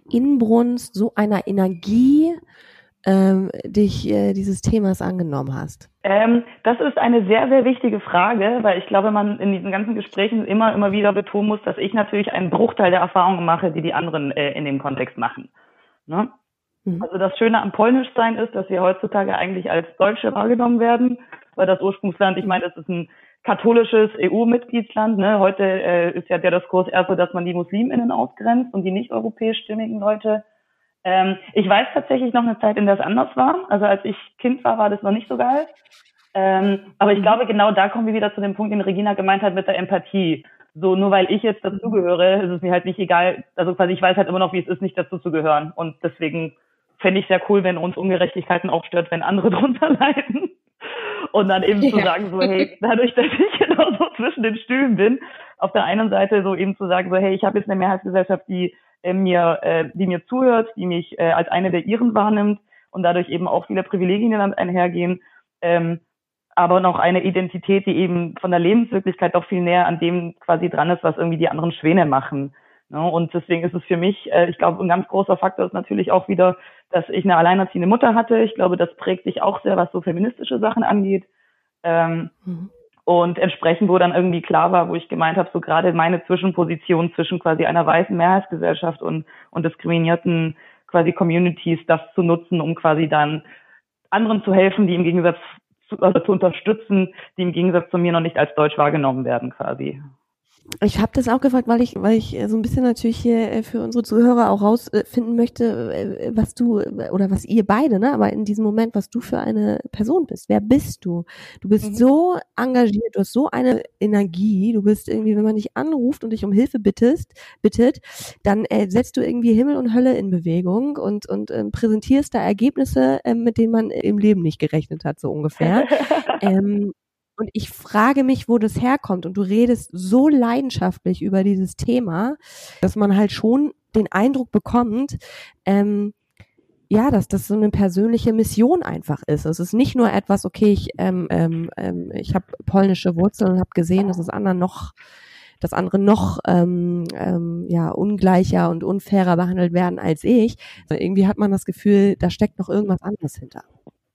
Inbrunst, so einer Energie ähm, dich äh, dieses Themas angenommen hast? Ähm, das ist eine sehr, sehr wichtige Frage, weil ich glaube, man in diesen ganzen Gesprächen immer, immer wieder betonen muss, dass ich natürlich einen Bruchteil der Erfahrungen mache, die die anderen äh, in dem Kontext machen. Ne? Mhm. Also das Schöne am Polnischsein ist, dass wir heutzutage eigentlich als Deutsche wahrgenommen werden, weil das Ursprungsland, ich meine, es ist ein katholisches E U-Mitgliedsland. Ne? Heute äh, ist ja der Diskurs eher so, dass man die MuslimInnen ausgrenzt und die nicht europäisch stimmigen Leute. Ähm, ich weiß tatsächlich noch eine Zeit, in der es anders war. Also als ich Kind war, war das noch nicht so geil. Ähm, aber ich glaube, genau da kommen wir wieder zu dem Punkt, den Regina gemeint hat mit der Empathie. So, nur weil ich jetzt dazugehöre, ist es mir halt nicht egal. Also quasi, ich weiß halt immer noch, wie es ist, nicht dazu zu gehören. Und deswegen fände ich sehr cool, wenn uns Ungerechtigkeiten auch stört, wenn andere drunter leiden. Und dann eben ja. zu sagen, so, hey, dadurch, dass ich genau so zwischen den Stühlen bin, auf der einen Seite so eben zu sagen, so, hey, ich habe jetzt eine Mehrheitsgesellschaft, die äh, mir, äh, die mir zuhört, die mich äh, als eine der ihren wahrnimmt und dadurch eben auch viele Privilegien damit einhergehen, ähm, aber noch eine Identität, die eben von der Lebenswirklichkeit doch viel näher an dem quasi dran ist, was irgendwie die anderen Schwäne machen. Ne? Und deswegen ist es für mich, äh, ich glaube, ein ganz großer Faktor ist natürlich auch wieder, dass ich eine alleinerziehende Mutter hatte. Ich glaube, das prägt sich auch sehr, was so feministische Sachen angeht. Ähm, mhm. Und entsprechend, wo dann irgendwie klar war, wo ich gemeint habe, so gerade meine Zwischenposition zwischen quasi einer weißen Mehrheitsgesellschaft und, und diskriminierten quasi Communities, das zu nutzen, um quasi dann anderen zu helfen, die im Gegensatz zu, also zu unterstützen, die im Gegensatz zu mir noch nicht als deutsch wahrgenommen werden quasi. Ich habe das auch gefragt, weil ich, weil ich so ein bisschen natürlich hier für unsere Zuhörer auch rausfinden möchte, was du oder was ihr beide, ne, aber in diesem Moment, was du für eine Person bist. Wer bist du? Du bist mhm. so engagiert, du hast so eine Energie. Du bist irgendwie, wenn man dich anruft und dich um Hilfe bittest, bittet, dann äh, setzt du irgendwie Himmel und Hölle in Bewegung und und ähm, präsentierst da Ergebnisse, äh, mit denen man im Leben nicht gerechnet hat, so ungefähr. ähm, Und ich frage mich, wo das herkommt. Und du redest so leidenschaftlich über dieses Thema, dass man halt schon den Eindruck bekommt, ähm, ja, dass das so eine persönliche Mission einfach ist. Es ist nicht nur etwas, okay, ich ähm, ähm, ich habe polnische Wurzeln und habe gesehen, dass das andere noch, dass andere noch ähm, ähm, ja ungleicher und unfairer behandelt werden als ich. Also irgendwie hat man das Gefühl, da steckt noch irgendwas anderes hinter.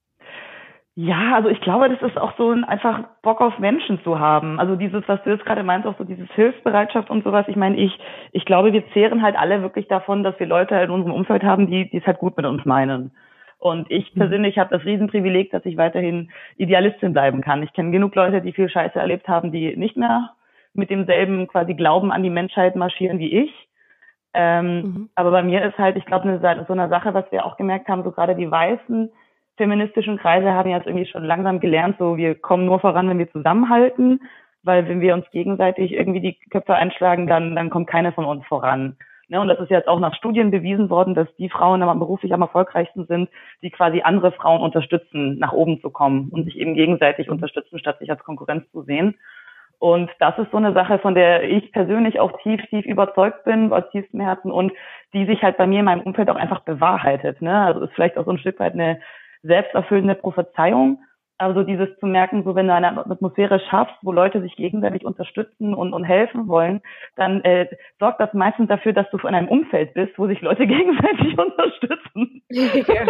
Ja, also ich glaube, das ist auch so ein einfach Bock auf Menschen zu haben. Also dieses, was du jetzt gerade meinst, auch so dieses Hilfsbereitschaft und sowas. Ich meine, ich ich glaube, wir zehren halt alle wirklich davon, dass wir Leute in unserem Umfeld haben, die die es halt gut mit uns meinen. Und ich persönlich habe das Riesenprivileg, dass ich weiterhin Idealistin bleiben kann. Ich kenne genug Leute, die viel Scheiße erlebt haben, die nicht mehr mit demselben quasi Glauben an die Menschheit marschieren wie ich. Ähm, mhm. Aber bei mir ist halt, ich glaube, eine, so eine Sache, was wir auch gemerkt haben, so gerade die Weißen, feministischen Kreise haben jetzt irgendwie schon langsam gelernt, so wir kommen nur voran, wenn wir zusammenhalten, weil wenn wir uns gegenseitig irgendwie die Köpfe einschlagen, dann dann kommt keiner von uns voran. Ne? Und das ist jetzt auch nach Studien bewiesen worden, dass die Frauen am beruflich am erfolgreichsten sind, die quasi andere Frauen unterstützen, nach oben zu kommen und sich eben gegenseitig unterstützen, statt sich als Konkurrenz zu sehen. Und das ist so eine Sache, von der ich persönlich auch tief, tief überzeugt bin, aus tiefstem Herzen und die sich halt bei mir in meinem Umfeld auch einfach bewahrheitet. Ne? Also ist vielleicht auch so ein Stück weit eine selbsterfüllende Prophezeiung, also dieses zu merken, so wenn du eine Atmosphäre schaffst, wo Leute sich gegenseitig unterstützen und, und helfen wollen, dann äh, sorgt das meistens dafür, dass du in einem Umfeld bist, wo sich Leute gegenseitig unterstützen. Ja.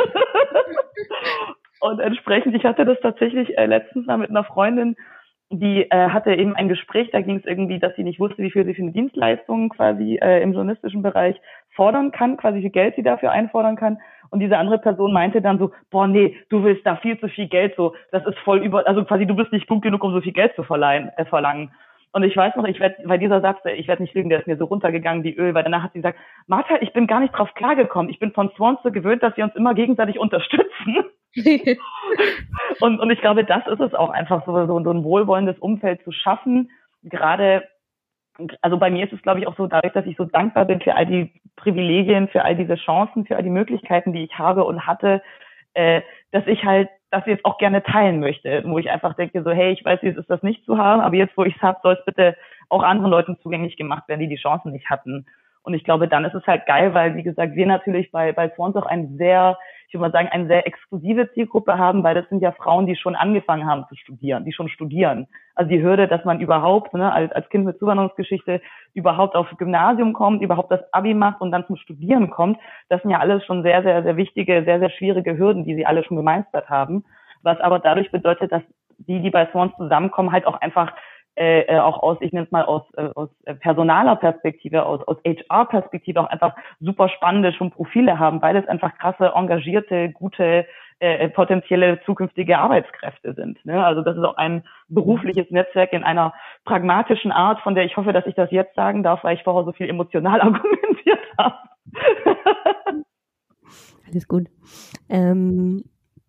Und entsprechend, ich hatte das tatsächlich äh, letztens mal mit einer Freundin, die äh, hatte eben ein Gespräch, da ging es irgendwie, dass sie nicht wusste, wie viel sie für eine Dienstleistung quasi äh, im journalistischen Bereich fordern kann, quasi wie viel Geld sie dafür einfordern kann. Und diese andere Person meinte dann so, boah, nee, du willst da viel zu viel Geld, so, das ist voll über, also quasi du bist nicht gut genug, um so viel Geld zu verleihen, äh, verlangen. Und ich weiß noch, ich werde, weil dieser Satz, ich werde nicht lügen, der ist mir so runtergegangen wie Öl, weil danach hat sie gesagt, Martha, ich bin gar nicht drauf klargekommen, ich bin von Swans so gewöhnt, dass wir uns immer gegenseitig unterstützen. und, und ich glaube, das ist es auch einfach, so, so, so ein wohlwollendes Umfeld zu schaffen, gerade. Also bei mir ist es, glaube ich, auch so, dadurch, dass ich so dankbar bin für all die Privilegien, für all diese Chancen, für all die Möglichkeiten, die ich habe und hatte, äh, dass ich halt das jetzt auch gerne teilen möchte, wo ich einfach denke, so, hey, ich weiß, wie es ist, das nicht zu haben, aber jetzt, wo ich es habe, soll es bitte auch anderen Leuten zugänglich gemacht werden, die die Chancen nicht hatten. Und ich glaube, dann ist es halt geil, weil, wie gesagt, wir natürlich bei bei Swans auch ein sehr ich würde mal sagen, eine sehr exklusive Zielgruppe haben, weil das sind ja Frauen, die schon angefangen haben zu studieren, die schon studieren. Also die Hürde, dass man überhaupt, ne, als, als Kind mit Zuwanderungsgeschichte überhaupt aufs Gymnasium kommt, überhaupt das Abi macht und dann zum Studieren kommt, das sind ja alles schon sehr, sehr, sehr wichtige, sehr, sehr schwierige Hürden, die sie alle schon gemeistert haben. Was aber dadurch bedeutet, dass die, die bei Swans zusammenkommen, halt auch einfach äh, auch aus, ich nenne es mal aus, äh, aus personaler Perspektive, aus, aus H R-Perspektive auch einfach super spannende schon Profile haben, weil es einfach krasse, engagierte, gute, äh, potenzielle zukünftige Arbeitskräfte sind. Ne? Also das ist auch ein berufliches Netzwerk in einer pragmatischen Art, von der ich hoffe, dass ich das jetzt sagen darf, weil ich vorher so viel emotional argumentiert habe. Alles gut. Ähm,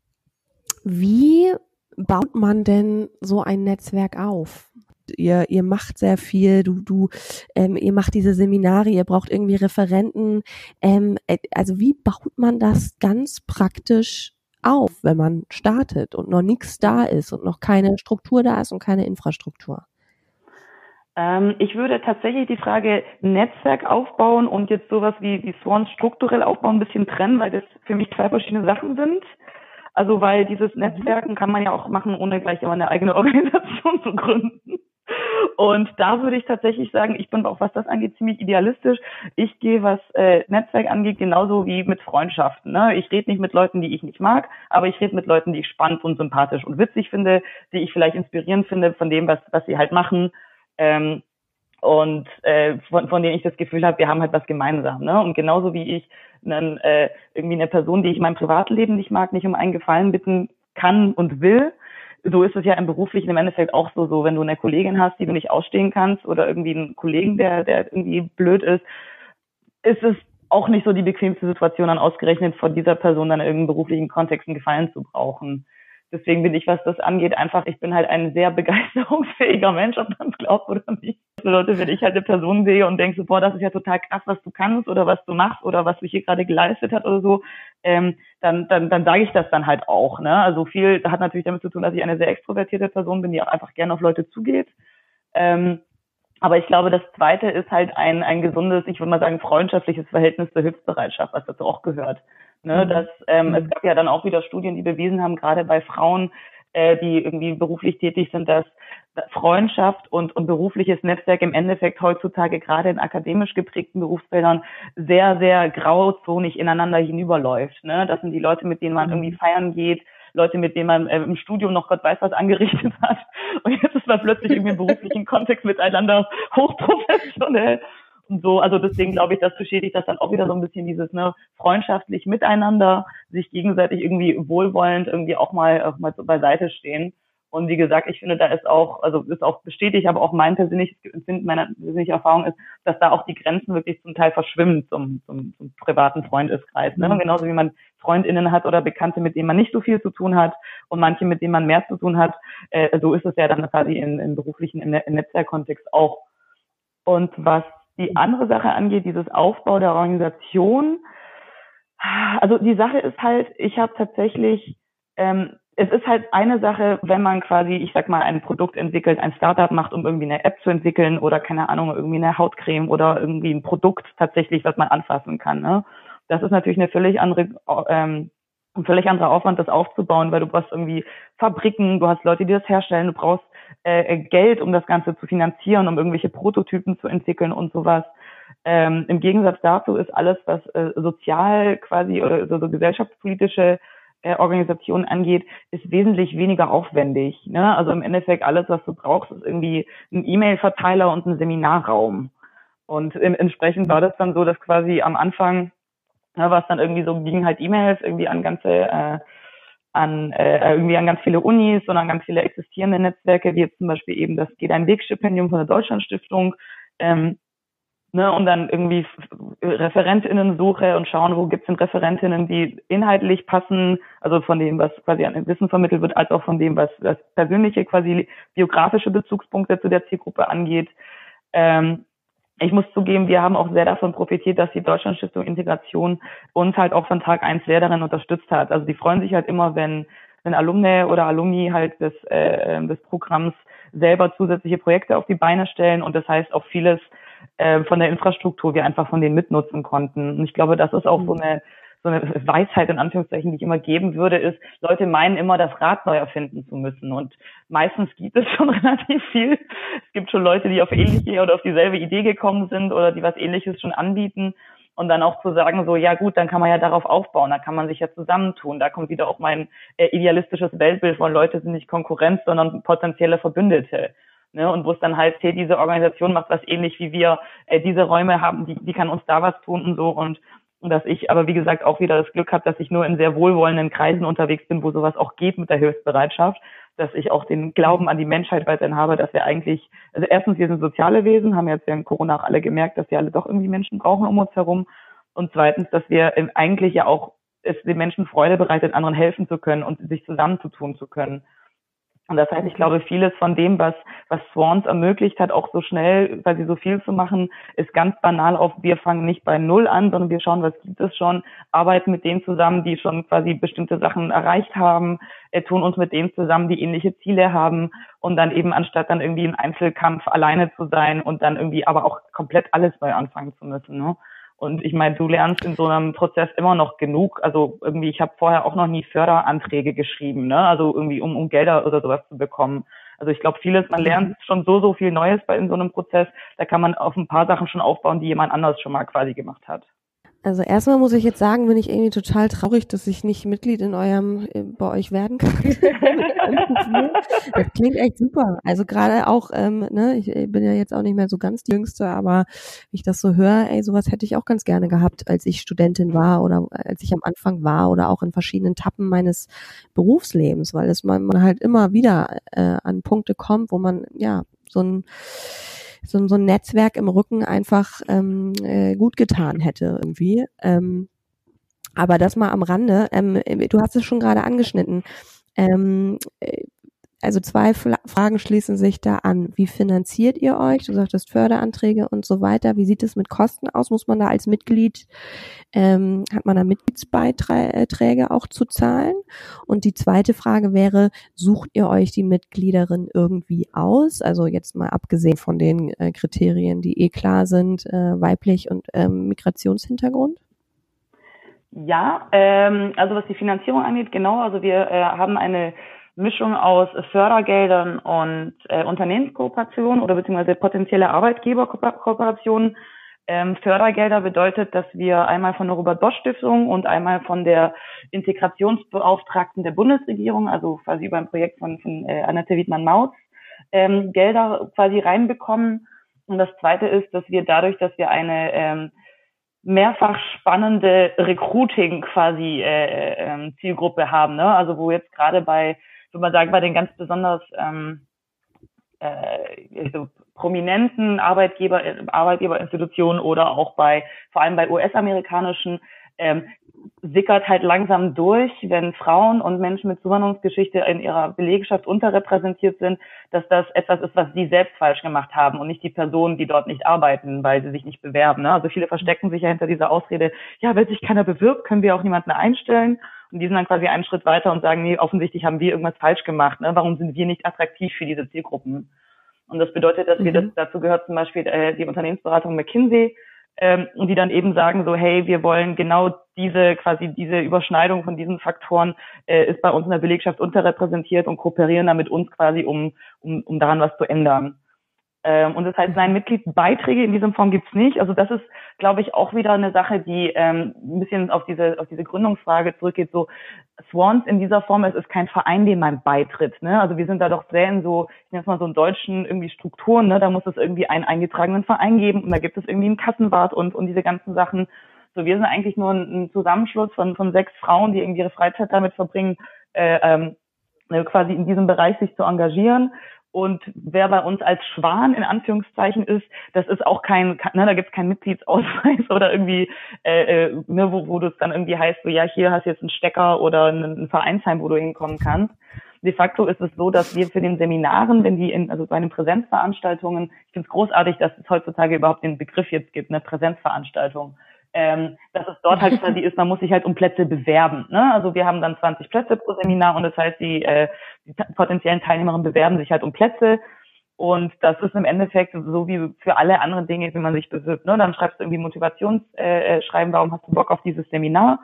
wie baut man denn so ein Netzwerk auf? Ihr, ihr macht sehr viel, du, du, ähm, ihr macht diese Seminare, ihr braucht irgendwie Referenten. Ähm, also wie baut man das ganz praktisch auf, wenn man startet und noch nichts da ist und noch keine Struktur da ist und keine Infrastruktur? Ähm, ich würde tatsächlich die Frage Netzwerk aufbauen und jetzt sowas wie, wie Swans strukturell aufbauen ein bisschen trennen, weil das für mich zwei verschiedene Sachen sind. Also weil dieses Netzwerken kann man ja auch machen, ohne gleich immer eine eigene Organisation zu gründen. Und da würde ich tatsächlich sagen, ich bin auch, was das angeht, ziemlich idealistisch. Ich gehe, was äh, Netzwerk angeht, genauso wie mit Freundschaften. Ne? Ich rede nicht mit Leuten, die ich nicht mag, aber ich rede mit Leuten, die ich spannend und sympathisch und witzig finde, die ich vielleicht inspirierend finde von dem, was, was sie halt machen. Ähm, und äh, von, von denen ich das Gefühl habe, wir haben halt was gemeinsam. Ne? Und genauso wie ich einen, äh, irgendwie eine Person, die ich in meinem Privatleben nicht mag, nicht um einen Gefallen bitten kann und will, so ist es ja im Beruflichen im Endeffekt auch so, so wenn du eine Kollegin hast, die du nicht ausstehen kannst oder irgendwie einen Kollegen, der, der irgendwie blöd ist, ist es auch nicht so die bequemste Situation, dann ausgerechnet von dieser Person dann in irgendeinem beruflichen Kontext einen Gefallen zu brauchen. Deswegen bin ich, was das angeht, einfach, ich bin halt ein sehr begeisterungsfähiger Mensch, ob man es glaubt oder nicht. So Leute, wenn ich halt eine Person sehe und denke so, boah, das ist ja total krass, was du kannst oder was du machst oder was du hier gerade geleistet hast oder so, ähm, dann, dann, dann sage ich das dann halt auch, ne? Also viel, das hat natürlich damit zu tun, dass ich eine sehr extrovertierte Person bin, die auch einfach gerne auf Leute zugeht. Ähm, aber ich glaube, das Zweite ist halt ein, ein gesundes, ich würde mal sagen, freundschaftliches Verhältnis zur Hilfsbereitschaft, was dazu auch gehört. Ne, dass ähm, es gab ja dann auch wieder Studien, die bewiesen haben, gerade bei Frauen, äh, die irgendwie beruflich tätig sind, dass Freundschaft und, und berufliches Netzwerk im Endeffekt heutzutage gerade in akademisch geprägten Berufsfeldern sehr, sehr grauzonig ineinander hinüberläuft. Ne? Das sind die Leute, mit denen man irgendwie feiern geht, Leute, mit denen man äh, im Studium noch Gott weiß was angerichtet hat. Und jetzt ist man plötzlich irgendwie im beruflichen Kontext miteinander hochprofessionell. Und so, also deswegen glaube ich, das beschädigt das dann auch wieder so ein bisschen dieses, ne, freundschaftlich miteinander, sich gegenseitig irgendwie wohlwollend irgendwie auch mal, auch mal so beiseite stehen. Und wie gesagt, ich finde, da ist auch, also ist auch bestätigt, aber auch mein persönliches Empfinden, meine persönliche Erfahrung ist, dass da auch die Grenzen wirklich zum Teil verschwimmen zum, zum, zum privaten Freundeskreis. Ne? Und genauso wie man FreundInnen hat oder Bekannte, mit denen man nicht so viel zu tun hat und manche, mit denen man mehr zu tun hat, äh, so ist es ja dann quasi in, in beruflichen, im, im Netzwerkkontext auch. Und was die andere Sache angeht, dieses Aufbau der Organisation, also die Sache ist halt, ich habe tatsächlich, ähm, es ist halt eine Sache, wenn man quasi, ich sag mal, ein Produkt entwickelt, ein Startup macht, um irgendwie eine App zu entwickeln oder keine Ahnung, irgendwie eine Hautcreme oder irgendwie ein Produkt tatsächlich, was man anfassen kann. Ne? Das ist natürlich eine völlig andere, ähm, ein völlig anderer Aufwand, das aufzubauen, weil du brauchst irgendwie Fabriken, du hast Leute, die das herstellen, du brauchst äh, Geld, um das Ganze zu finanzieren, um irgendwelche Prototypen zu entwickeln und sowas. Ähm, im Gegensatz dazu ist alles, was äh, sozial quasi oder so, so gesellschaftspolitische äh, Organisationen angeht, ist wesentlich weniger aufwendig. Ne? Also im Endeffekt alles, was du brauchst, ist irgendwie ein E-Mail-Verteiler und ein Seminarraum. Und im, entsprechend war das dann so, dass quasi am Anfang, ne, was dann irgendwie so ging, halt E-Mails irgendwie an ganze äh, an äh, irgendwie an ganz viele Unis und an ganz viele existierende Netzwerke, wie jetzt zum Beispiel eben das Geht ein Weg-Stipendium von der Deutschlandstiftung, ähm, ne, und dann irgendwie ReferentInnen-Suche und schauen, wo gibt's denn Referentinnen, die inhaltlich passen, also von dem, was quasi an Wissen vermittelt wird, als auch von dem, was, was persönliche, quasi biografische Bezugspunkte zu der Zielgruppe angeht. Ähm, Ich muss zugeben, wir haben auch sehr davon profitiert, dass die Deutschlandstiftung Integration uns halt auch von Tag eins sehr darin unterstützt hat. Also die freuen sich halt immer, wenn, wenn Alumni oder Alumni halt des, äh, des Programms selber zusätzliche Projekte auf die Beine stellen und das heißt auch vieles äh, von der Infrastruktur wir einfach von denen mitnutzen konnten. Und ich glaube, das ist auch so eine so eine Weisheit in Anführungszeichen, die ich immer geben würde, ist, Leute meinen immer, das Rad neu erfinden zu müssen. Und meistens gibt es schon relativ viel. Es gibt schon Leute, die auf ähnliche oder auf dieselbe Idee gekommen sind oder die was Ähnliches schon anbieten. Und dann auch zu sagen, so, ja gut, dann kann man ja darauf aufbauen, da kann man sich ja zusammentun. Da kommt wieder auch mein äh, idealistisches Weltbild von Leute sind nicht Konkurrenz, sondern potenzielle Verbündete. Ne? Und wo es dann heißt, hey, diese Organisation macht was ähnlich wie wir, äh, diese Räume haben, die, die kann uns da was tun und so. Und, und dass ich aber, wie gesagt, auch wieder das Glück habe, dass ich nur in sehr wohlwollenden Kreisen unterwegs bin, wo sowas auch geht mit der Hilfsbereitschaft, dass ich auch den Glauben an die Menschheit weiterhin habe, dass wir eigentlich, also erstens, wir sind soziale Wesen, haben jetzt ja in Corona auch alle gemerkt, dass wir alle doch irgendwie Menschen brauchen um uns herum. Und zweitens, dass wir eigentlich ja auch es den Menschen Freude bereitet, anderen helfen zu können und sich zusammenzutun zu können. Und das heißt, ich glaube, vieles von dem, was, was Swans ermöglicht hat, auch so schnell, weil sie so viel zu machen, ist ganz banal auf, wir fangen nicht bei Null an, sondern wir schauen, was gibt es schon, arbeiten mit denen zusammen, die schon quasi bestimmte Sachen erreicht haben, äh, tun uns mit denen zusammen, die ähnliche Ziele haben und dann eben anstatt dann irgendwie im Einzelkampf alleine zu sein und dann irgendwie aber auch komplett alles neu anfangen zu müssen, ne? Und ich meine, du lernst in so einem Prozess immer noch genug. Also irgendwie, ich habe vorher auch noch nie Förderanträge geschrieben, ne? Also irgendwie, um, um Gelder oder sowas zu bekommen. Also ich glaube, vieles, man lernt schon so, so viel Neues bei in so einem Prozess. Da kann man auf ein paar Sachen schon aufbauen, die jemand anders schon mal quasi gemacht hat. Also erstmal muss ich jetzt sagen, bin ich irgendwie total traurig, dass ich nicht Mitglied in eurem, bei euch werden kann. Das klingt echt super. Also gerade auch, ähm, ne, ich bin ja jetzt auch nicht mehr so ganz die Jüngste, aber wenn ich das so höre, ey, sowas hätte ich auch ganz gerne gehabt, als ich Studentin war oder als ich am Anfang war oder auch in verschiedenen Etappen meines Berufslebens, weil es man, man halt immer wieder äh, an Punkte kommt, wo man ja so ein so, so ein Netzwerk im Rücken einfach ähm, äh, gut getan hätte irgendwie. Ähm, aber das mal am Rande. Ähm, du hast es schon gerade angeschnitten. Ähm, also zwei Fla- Fragen schließen sich da an. Wie finanziert ihr euch? Du sagtest Förderanträge und so weiter. Wie sieht es mit Kosten aus? Muss man da als Mitglied, ähm, hat man da Mitgliedsbeiträge auch zu zahlen? Und die zweite Frage wäre, sucht ihr euch die Mitgliederin irgendwie aus? Also jetzt mal abgesehen von den äh, Kriterien, die eh klar sind, äh, weiblich und ähm, Migrationshintergrund? Ja, ähm, also was die Finanzierung angeht, genau. Also wir äh, haben eine Mischung aus Fördergeldern und äh, Unternehmenskooperationen oder beziehungsweise potenzielle Arbeitgeberkooperationen. Ähm, Fördergelder bedeutet, dass wir einmal von der Robert-Bosch-Stiftung und einmal von der Integrationsbeauftragten der Bundesregierung, also quasi über ein Projekt von, von äh, Annette Wiedmann-Mautz, ähm, Gelder quasi reinbekommen. Und das Zweite ist, dass wir dadurch, dass wir eine ähm, mehrfach spannende Recruiting quasi äh, äh, Zielgruppe haben, ne? Also wo jetzt gerade bei, würde man sagen, bei den ganz besonders ähm, äh, so prominenten Arbeitgeber, Arbeitgeberinstitutionen oder auch bei, vor allem bei U S-amerikanischen, ähm, sickert halt langsam durch, wenn Frauen und Menschen mit Zuwanderungsgeschichte in ihrer Belegschaft unterrepräsentiert sind, dass das etwas ist, was sie selbst falsch gemacht haben und nicht die Personen, die dort nicht arbeiten, weil sie sich nicht bewerben. Ne? Also viele verstecken sich ja hinter dieser Ausrede, ja, wenn sich keiner bewirbt, können wir auch niemanden einstellen. Und die sind dann quasi einen Schritt weiter und sagen, nee, offensichtlich haben wir irgendwas falsch gemacht. Ne? Warum sind wir nicht attraktiv für diese Zielgruppen? Und das bedeutet, dass mhm. wir das, dazu gehört zum Beispiel äh, die Unternehmensberatung McKinsey, ähm, und die dann eben sagen so, hey, wir wollen genau diese, quasi diese Überschneidung von diesen Faktoren äh, ist bei uns in der Belegschaft unterrepräsentiert und kooperieren dann mit uns quasi, um, um, um daran was zu ändern. Ähm, und das heißt, nein, Mitgliedsbeiträge in dieser Form gibt's nicht. Also das ist, glaube ich, auch wieder eine Sache, die ähm, ein bisschen auf diese auf diese Gründungsfrage zurückgeht. So Swans in dieser Form, es ist kein Verein, dem man beitritt. Ne? Also wir sind da doch sehr in so, ich nenne es mal so in deutschen irgendwie Strukturen. Ne? Da muss es irgendwie einen eingetragenen Verein geben und da gibt es irgendwie einen Kassenwart und und diese ganzen Sachen. So, wir sind eigentlich nur ein, ein Zusammenschluss von von sechs Frauen, die irgendwie ihre Freizeit damit verbringen, äh, ähm, quasi in diesem Bereich sich zu engagieren. Und wer bei uns als Schwan in Anführungszeichen ist, das ist auch kein, ne, da gibt's keinen Mitgliedsausweis oder irgendwie, äh, äh, ne, wo, wo das dann irgendwie heißt, so ja, hier hast du jetzt einen Stecker oder ein, ein Vereinsheim, wo du hinkommen kannst. De facto ist es so, dass wir für den Seminaren, wenn die in, also bei den Präsenzveranstaltungen, ich finde es großartig, dass es heutzutage überhaupt den Begriff jetzt gibt, eine Präsenzveranstaltung. Ähm, dass es dort halt quasi ist, man muss sich halt um Plätze bewerben. Ne? Also wir haben dann zwanzig Plätze pro Seminar und das heißt, die, äh, die potenziellen Teilnehmerinnen bewerben sich halt um Plätze und das ist im Endeffekt so wie für alle anderen Dinge, wenn man sich bewirbt. Ne? Dann schreibst du irgendwie Motivationsschreiben, äh, warum hast du Bock auf dieses Seminar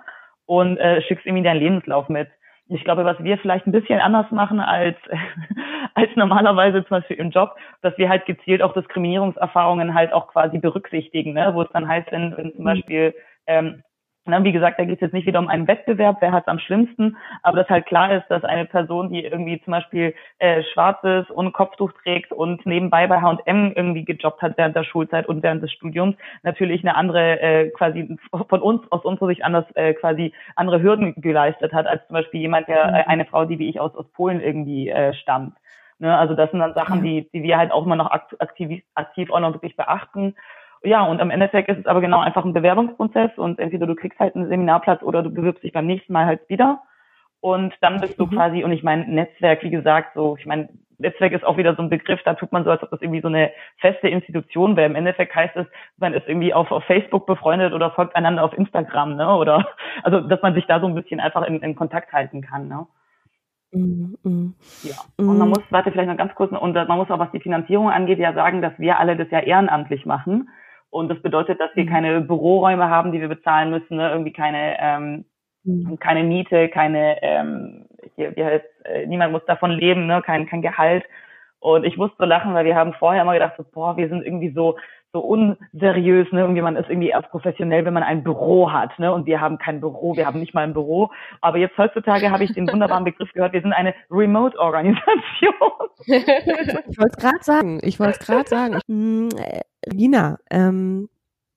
und äh, schickst irgendwie deinen Lebenslauf mit. Ich glaube, was wir vielleicht ein bisschen anders machen als als normalerweise zum Beispiel im Job, dass wir halt gezielt auch Diskriminierungserfahrungen halt auch quasi berücksichtigen, ne? Wo es dann heißt, wenn, wenn zum Beispiel ähm, Na, wie gesagt, da geht es jetzt nicht wieder um einen Wettbewerb, wer hat es am schlimmsten, aber dass halt klar ist, dass eine Person, die irgendwie zum Beispiel äh, schwarz ist und Kopftuch trägt und nebenbei bei H und M irgendwie gejobbt hat während der Schulzeit und während des Studiums, natürlich eine andere, äh, quasi von uns, aus unserer Sicht anders, äh, quasi andere Hürden geleistet hat, als zum Beispiel jemand, der, äh, eine Frau, die wie ich aus, aus Polen irgendwie äh, stammt. Ne? Also das sind dann Sachen, die, die wir halt auch immer noch aktiv, aktiv auch noch wirklich beachten. Ja, und am Endeffekt ist es aber genau einfach ein Bewerbungsprozess und entweder du kriegst halt einen Seminarplatz oder du bewirbst dich beim nächsten Mal halt wieder und dann bist du mhm. quasi, und ich meine Netzwerk, wie gesagt, so, ich meine, Netzwerk ist auch wieder so ein Begriff, da tut man so, als ob das irgendwie so eine feste Institution wäre. Im Endeffekt heißt es, man ist irgendwie auf, auf Facebook befreundet oder folgt einander auf Instagram, ne, oder, also, dass man sich da so ein bisschen einfach in, in Kontakt halten kann, ne. Mm, mm. Ja, und man muss, warte, vielleicht noch ganz kurz, und man muss auch, was die Finanzierung angeht, ja sagen, dass wir alle das ja ehrenamtlich machen. Und das bedeutet, dass wir mhm. keine Büroräume haben, die wir bezahlen müssen, ne? Irgendwie keine ähm, mhm. keine Miete, keine ähm, hier, wie heißt, äh, niemand muss davon leben, ne? Kein kein Gehalt. Und ich musste so lachen, weil wir haben vorher immer gedacht, so, boah, wir sind irgendwie so so unseriös, ne? Irgendwie man ist irgendwie erst professionell, wenn man ein Büro hat, ne? Und wir haben kein Büro, wir haben nicht mal ein Büro. Aber jetzt heutzutage habe ich den wunderbaren Begriff gehört, wir sind eine Remote-Organisation. Ich wollte es gerade sagen, ich wollte es gerade sagen. Hm, äh, Regina, ähm,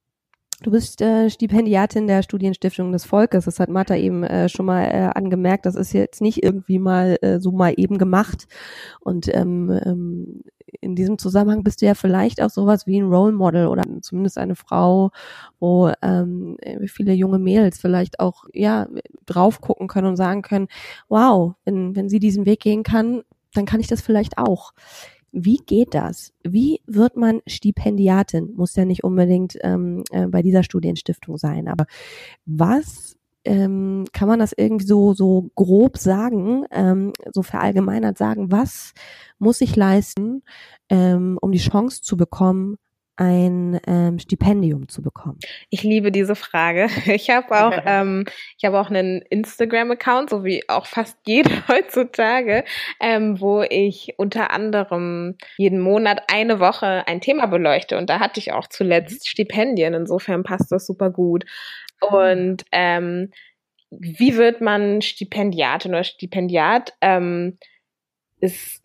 du bist äh, Stipendiatin der Studienstiftung des Volkes. Das hat Martha eben äh, schon mal äh, angemerkt. Das ist jetzt nicht irgendwie mal äh, so mal eben gemacht. Und ähm, ähm, in diesem Zusammenhang bist du ja vielleicht auch sowas wie ein Role Model oder zumindest eine Frau, wo ähm, viele junge Mädels vielleicht auch ja drauf gucken können und sagen können, wow, wenn wenn sie diesen Weg gehen kann, dann kann ich das vielleicht auch. Wie geht das? Wie wird man Stipendiatin? Muss ja nicht unbedingt ähm, äh, bei dieser Studienstiftung sein, aber was ähm, kann man das irgendwie so so grob sagen, ähm, so verallgemeinert sagen, was muss ich leisten, ähm, um die Chance zu bekommen, ein ähm, Stipendium zu bekommen? Ich liebe diese Frage. Ich habe auch, ähm, ich habe auch einen Instagram-Account, so wie auch fast jeder heutzutage, ähm, wo ich unter anderem jeden Monat eine Woche ein Thema beleuchte. Und da hatte ich auch zuletzt Stipendien. Insofern passt das super gut. Und ähm, wie wird man Stipendiatin oder Stipendiat? Ähm, ist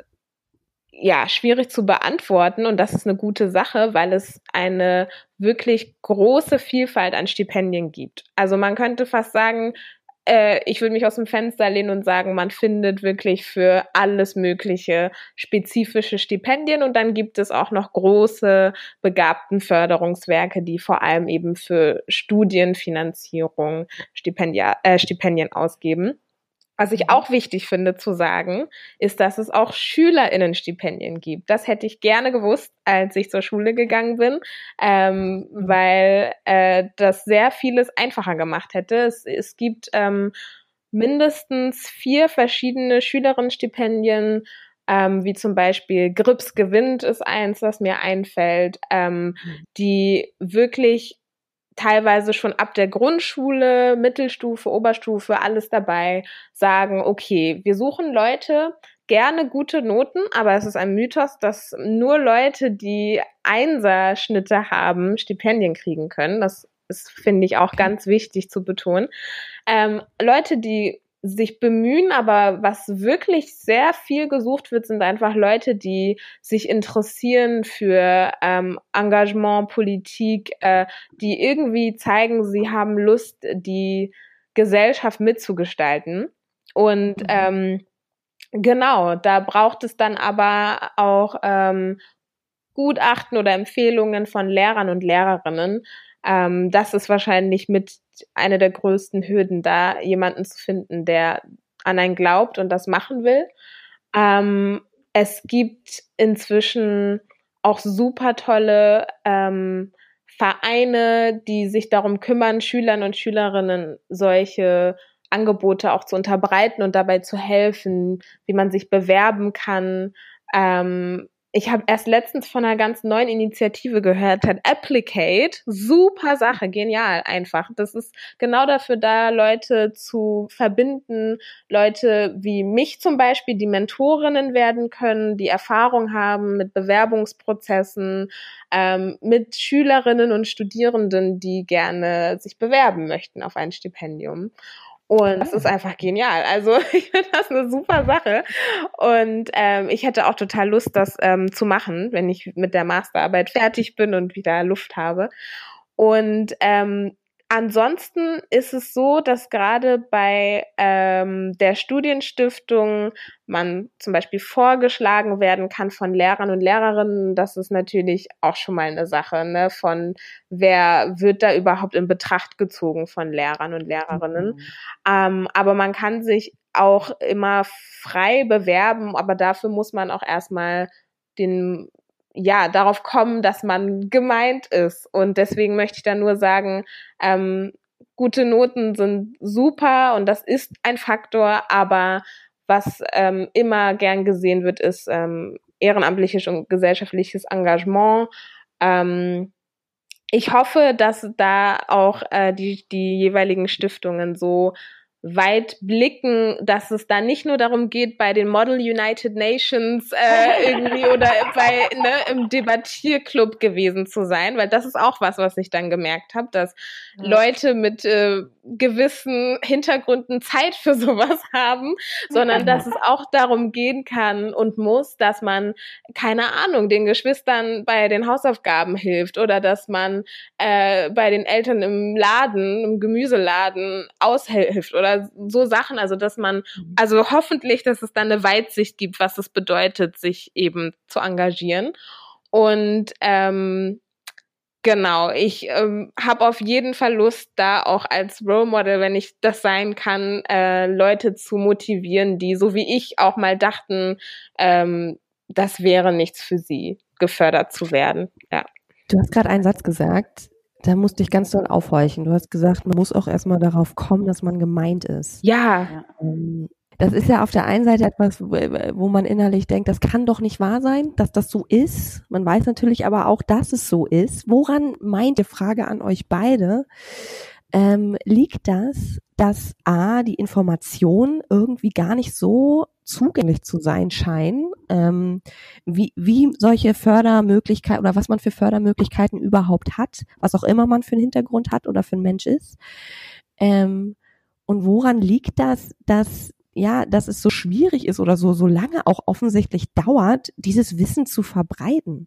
ja schwierig zu beantworten und das ist eine gute Sache, weil es eine wirklich große Vielfalt an Stipendien gibt. Also man könnte fast sagen, äh, ich würde mich aus dem Fenster lehnen und sagen, man findet wirklich für alles mögliche spezifische Stipendien und dann gibt es auch noch große Begabtenförderungswerke, die vor allem eben für Studienfinanzierung Stipendia- äh, Stipendien ausgeben. Was ich auch wichtig finde zu sagen, ist, dass es auch SchülerInnen-Stipendien gibt. Das hätte ich gerne gewusst, als ich zur Schule gegangen bin, ähm, weil äh, das sehr vieles einfacher gemacht hätte. Es, es gibt ähm, mindestens vier verschiedene Schülerinnen-Stipendien, ähm, wie zum Beispiel Grips gewinnt ist eins, das mir einfällt, ähm, die wirklich teilweise schon ab der Grundschule, Mittelstufe, Oberstufe, alles dabei, sagen, okay, wir suchen Leute, gerne gute Noten, aber es ist ein Mythos, dass nur Leute, die Einserschnitte haben, Stipendien kriegen können. Das ist, finde ich, auch ganz wichtig zu betonen. Ähm, Leute, die sich bemühen, aber was wirklich sehr viel gesucht wird, sind einfach Leute, die sich interessieren für ähm, Engagement, Politik, äh, die irgendwie zeigen, sie haben Lust, die Gesellschaft mitzugestalten. Und mhm. ähm, genau, da braucht es dann aber auch ähm, Gutachten oder Empfehlungen von Lehrern und Lehrerinnen. Ähm, das ist wahrscheinlich mit eine der größten Hürden, da jemanden zu finden, der an einen glaubt und das machen will. Ähm, es gibt inzwischen auch super tolle ähm, Vereine, die sich darum kümmern, Schülern und Schülerinnen solche Angebote auch zu unterbreiten und dabei zu helfen, wie man sich bewerben kann. Ähm, ich habe erst letztens von einer ganz neuen Initiative gehört, hat Applicate, super Sache, genial einfach. Das ist genau dafür da, Leute zu verbinden, Leute wie mich zum Beispiel, die Mentorinnen werden können, die Erfahrung haben mit Bewerbungsprozessen, ähm, mit Schülerinnen und Studierenden, die gerne sich bewerben möchten auf ein Stipendium. Und das ist einfach genial. Also ich finde das eine super Sache. Und ähm, ich hätte auch total Lust, das ähm, zu machen, wenn ich mit der Masterarbeit fertig bin und wieder Luft habe. Und ähm, ansonsten ist es so, dass gerade bei ähm, der Studienstiftung man zum Beispiel vorgeschlagen werden kann von Lehrern und Lehrerinnen. Das ist natürlich auch schon mal eine Sache, ne? Von wer wird da überhaupt in Betracht gezogen von Lehrern und Lehrerinnen. Mhm. Ähm, aber man kann sich auch immer frei bewerben, aber dafür muss man auch erstmal den ja, darauf kommen, dass man gemeint ist. Und deswegen möchte ich da nur sagen, ähm, gute Noten sind super und das ist ein Faktor, aber was ähm, immer gern gesehen wird, ist ähm, ehrenamtliches und gesellschaftliches Engagement. Ähm, ich hoffe, dass da auch äh, die, die jeweiligen Stiftungen so weit blicken, dass es da nicht nur darum geht, bei den Model United Nations äh, irgendwie oder bei ne, im Debattierclub gewesen zu sein, weil das ist auch was, was ich dann gemerkt habe, dass ja. Leute mit äh, gewissen Hintergründen Zeit für sowas haben, sondern dass es auch darum gehen kann und muss, dass man, keine Ahnung, den Geschwistern bei den Hausaufgaben hilft oder dass man äh, bei den Eltern im Laden, im Gemüseladen aushilft oder so Sachen, also dass man, also hoffentlich, dass es dann eine Weitsicht gibt, was es bedeutet, sich eben zu engagieren. Und ähm, genau, ich ähm, habe auf jeden Fall Lust, da auch als Role Model, wenn ich das sein kann, äh, Leute zu motivieren, die so wie ich auch mal dachten, ähm, das wäre nichts für sie, gefördert zu werden. Ja. Du hast gerade einen Satz gesagt, da musste ich ganz doll aufhorchen. Du hast gesagt, man muss auch erstmal darauf kommen, dass man gemeint ist. Ja. Das ist ja auf der einen Seite etwas, wo man innerlich denkt, das kann doch nicht wahr sein, dass das so ist. Man weiß natürlich aber auch, dass es so ist. Woran meint die Frage an euch beide? Ähm, liegt das, dass A, die Informationen irgendwie gar nicht so zugänglich zu sein scheinen, ähm, wie, wie solche Fördermöglichkeiten oder was man für Fördermöglichkeiten überhaupt hat, was auch immer man für einen Hintergrund hat oder für ein Mensch ist. Ähm, und woran liegt das, dass ja, dass es so schwierig ist oder so, so lange auch offensichtlich dauert, dieses Wissen zu verbreiten?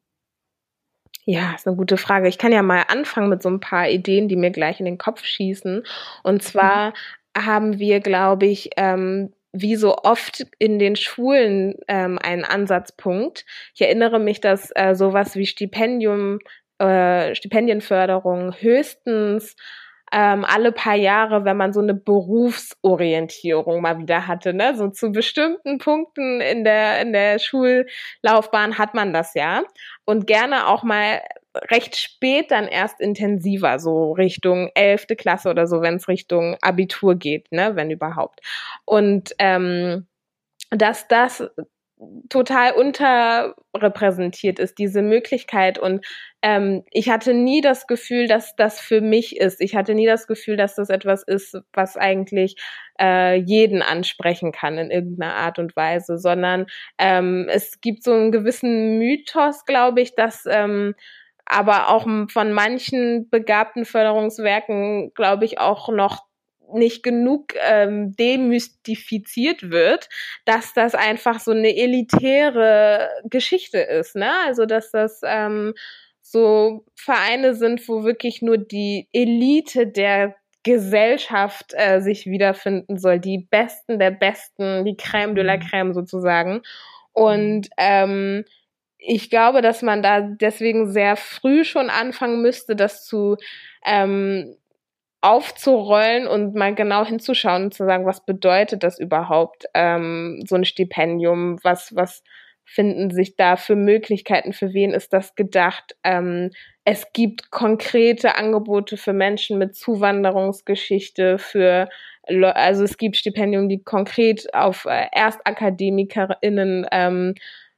Ja, ist eine gute Frage. Ich kann ja mal anfangen mit so ein paar Ideen, die mir gleich in den Kopf schießen. Und zwar mhm. haben wir, glaube ich, ähm, wie so oft in den Schulen ähm, einen Ansatzpunkt. Ich erinnere mich, dass äh, sowas wie Stipendium, äh, Stipendienförderung höchstens ähm, alle paar Jahre, wenn man so eine Berufsorientierung mal wieder hatte, ne, so zu bestimmten Punkten in der in der Schullaufbahn hat man das ja und gerne auch mal recht spät dann erst intensiver, so Richtung elfte Klasse oder so, wenn es Richtung Abitur geht, ne, wenn überhaupt. Und ähm, dass das total unterrepräsentiert ist, diese Möglichkeit. Und ähm, ich hatte nie das Gefühl, dass das für mich ist. Ich hatte nie das Gefühl, dass das etwas ist, was eigentlich äh, jeden ansprechen kann in irgendeiner Art und Weise, sondern ähm, es gibt so einen gewissen Mythos, glaube ich, dass ähm, aber auch von manchen begabten Förderungswerken, glaube ich, auch noch nicht genug ähm, demystifiziert wird, dass das einfach so eine elitäre Geschichte ist, ne? Also dass das ähm, so Vereine sind, wo wirklich nur die Elite der Gesellschaft äh, sich wiederfinden soll, die Besten der Besten, die Crème de la Crème sozusagen. Und ähm, ich glaube, dass man da deswegen sehr früh schon anfangen müsste, das zu ähm, aufzurollen und mal genau hinzuschauen und zu sagen, was bedeutet das überhaupt, ähm, so ein Stipendium, was, was finden sich da für Möglichkeiten, für wen ist das gedacht? Ähm, es gibt konkrete Angebote für Menschen mit Zuwanderungsgeschichte, für, also es gibt Stipendien, die konkret auf äh, ErstakademikerInnen ähm,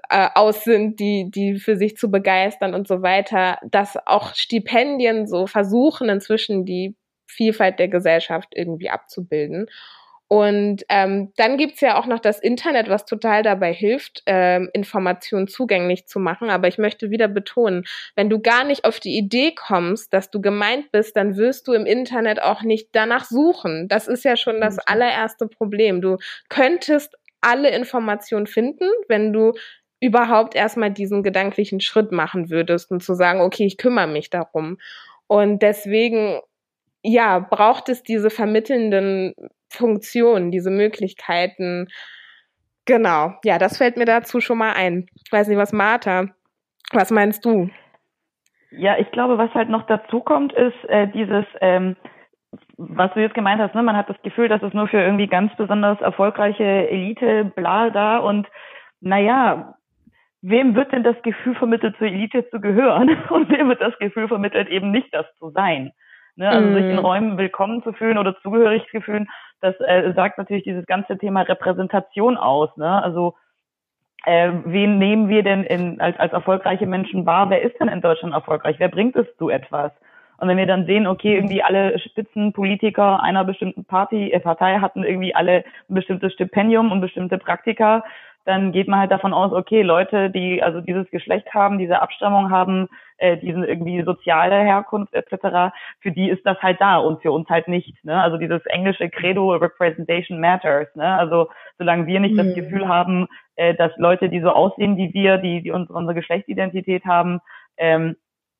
äh, aus sind, die, die für sich zu begeistern und so weiter, dass auch Stipendien so versuchen, inzwischen die Vielfalt der Gesellschaft irgendwie abzubilden. Und ähm, dann gibt's ja auch noch das Internet, was total dabei hilft, ähm, Informationen zugänglich zu machen. Aber ich möchte wieder betonen, wenn du gar nicht auf die Idee kommst, dass du gemeint bist, dann wirst du im Internet auch nicht danach suchen. Das ist ja schon das allererste Problem. Du könntest alle Informationen finden, wenn du überhaupt erstmal diesen gedanklichen Schritt machen würdest und zu sagen, okay, ich kümmere mich darum. Und deswegen, ja, braucht es diese vermittelnden Funktionen, diese Möglichkeiten. Genau, ja, das fällt mir dazu schon mal ein. Ich weiß nicht, was Martha, was meinst du? Ja, ich glaube, was halt noch dazu kommt, ist äh, dieses, ähm, was du jetzt gemeint hast, ne? Man hat das Gefühl, dass es nur für irgendwie ganz besonders erfolgreiche Elite, bla, da und naja, wem wird denn das Gefühl vermittelt, zur Elite zu gehören und wem wird das Gefühl vermittelt, eben nicht das zu sein? Ne, also mm. sich in Räumen willkommen zu fühlen oder zugehörig zu fühlen, das äh, sagt natürlich dieses ganze Thema Repräsentation aus. Ne? Also äh, wen nehmen wir denn in, als, als erfolgreiche Menschen wahr? Wer ist denn in Deutschland erfolgreich? Wer bringt es zu etwas? Und wenn wir dann sehen, okay, irgendwie alle Spitzenpolitiker einer bestimmten Party, äh, Partei hatten irgendwie alle ein bestimmtes Stipendium und bestimmte Praktika, dann geht man halt davon aus, okay, Leute, die also dieses Geschlecht haben, diese Abstammung haben, äh, diesen irgendwie soziale Herkunft et cetera, für die ist das halt da und für uns halt nicht. Ne? Also dieses englische Credo, Representation matters. Ne? Also solange wir nicht mhm. das Gefühl haben, äh, dass Leute, die so aussehen wie wir, die, die unsere, unsere Geschlechtsidentität haben, ähm,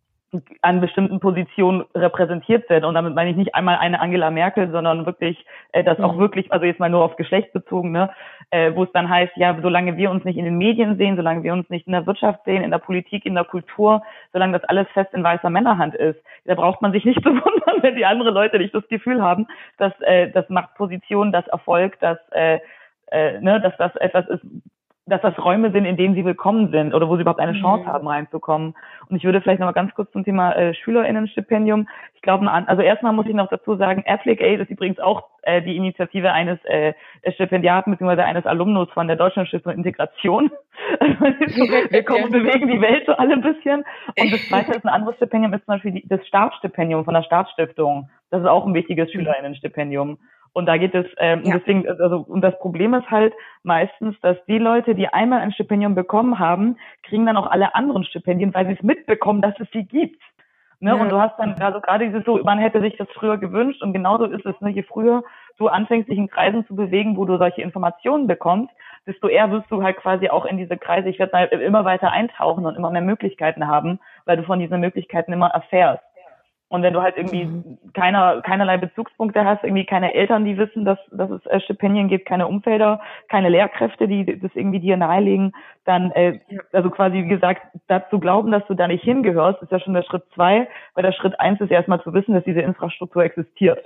an bestimmten Positionen repräsentiert sind. Und damit meine ich nicht einmal eine Angela Merkel, sondern wirklich, äh, das mhm. auch wirklich, also jetzt mal nur auf Geschlecht bezogen, ne, äh, wo es dann heißt, ja, solange wir uns nicht in den Medien sehen, solange wir uns nicht in der Wirtschaft sehen, in der Politik, in der Kultur, solange das alles fest in weißer Männerhand ist, da braucht man sich nicht zu wundern, wenn die anderen Leute nicht das Gefühl haben, dass äh, das Machtposition, das Erfolg, dass, äh, äh, ne, dass das etwas ist, dass das Räume sind, in denen sie willkommen sind oder wo sie überhaupt eine Chance mhm. haben, reinzukommen. Und ich würde vielleicht noch mal ganz kurz zum Thema äh, SchülerInnen-Stipendium. Ich glaube, also erstmal muss ich noch dazu sagen, Affiliate Aid ist übrigens auch äh, die Initiative eines äh, Stipendiaten bzw. eines Alumnus von der Deutschlandstiftung Integration. Also, wir kommen und bewegen die Welt so alle ein bisschen. Und das zweite ist ein anderes Stipendium, ist zum Beispiel die, das Startstipendium von der Staatsstiftung. Das ist auch ein wichtiges SchülerInnen-Stipendium. Und da geht es, ähm, ja. deswegen, also, und das Problem ist halt meistens, dass die Leute, die einmal ein Stipendium bekommen haben, kriegen dann auch alle anderen Stipendien, weil sie es mitbekommen, dass es sie gibt. Ne? Ja. Und du hast dann, also gerade dieses so, man hätte sich das früher gewünscht und genauso ist es, ne? Je früher du anfängst, dich in Kreisen zu bewegen, wo du solche Informationen bekommst, desto eher wirst du halt quasi auch in diese Kreise, ich werde halt immer weiter eintauchen und immer mehr Möglichkeiten haben, weil du von diesen Möglichkeiten immer erfährst. Und wenn du halt irgendwie mhm. keiner, keinerlei Bezugspunkte hast, irgendwie keine Eltern, die wissen, dass, dass es äh, Stipendien gibt, keine Umfelder, keine Lehrkräfte, die das irgendwie dir nahelegen, dann, äh, also quasi, wie gesagt, dazu glauben, dass du da nicht hingehörst, ist ja schon der Schritt zwei, weil der Schritt eins ist erstmal zu wissen, dass diese Infrastruktur existiert.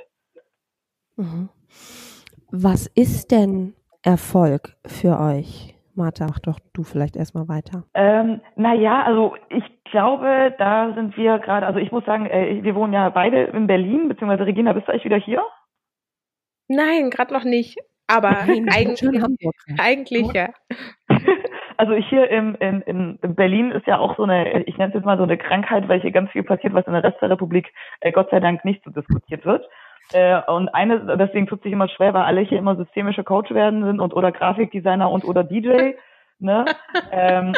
Mhm. Was ist denn Erfolg für euch? Martha, mach doch du vielleicht erstmal weiter. Ähm, naja, also ich glaube, da sind wir gerade, also ich muss sagen, äh, wir wohnen ja beide in Berlin, beziehungsweise Regina, bist du eigentlich wieder hier? Nein, gerade noch nicht, aber Nein, eigentlich, Hamburg, ja. eigentlich ja. Also hier im, in, in Berlin ist ja auch so eine, ich nenne es jetzt mal so eine Krankheit, weil hier ganz viel passiert, was in der Rest der Republik äh, Gott sei Dank nicht so diskutiert wird. Äh, und eine, deswegen tut sich immer schwer, weil alle hier immer systemische Coach werden sind und oder Grafikdesigner und oder D J. Ne? ähm,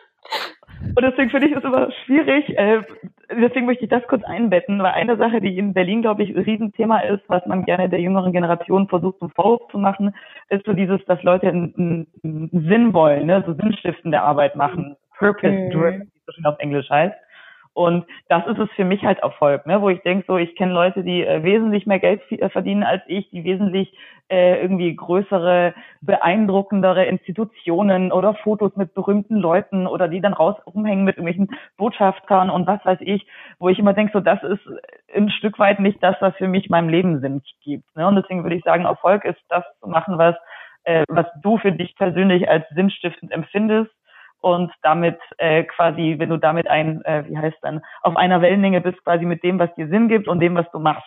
und deswegen finde ich es immer schwierig. Äh, deswegen möchte ich das kurz einbetten, weil eine Sache, die in Berlin, glaube ich, ein Riesenthema ist, was man gerne der jüngeren Generation versucht, zum Vorwurf zu machen, ist so dieses, dass Leute einen, einen Sinn wollen, ne? So sinnstiftende Arbeit machen. Purpose-driven, wie es so schön auf Englisch heißt. Und das ist es für mich halt Erfolg, ne? Wo ich denke, so ich kenne Leute, die äh, wesentlich mehr Geld f- verdienen als ich, die wesentlich äh, irgendwie größere, beeindruckendere Institutionen oder Fotos mit berühmten Leuten oder die dann raus rumhängen mit irgendwelchen Botschaftern und was weiß ich, wo ich immer denke, so das ist ein Stück weit nicht das, was für mich meinem Leben Sinn gibt. Ne? Und deswegen würde ich sagen, Erfolg ist das zu machen, was äh, was du für dich persönlich als sinnstiftend empfindest. Und damit äh, quasi, wenn du damit ein, äh, wie heißt dann, auf einer Wellenlänge bist, quasi mit dem, was dir Sinn gibt und dem, was du machst.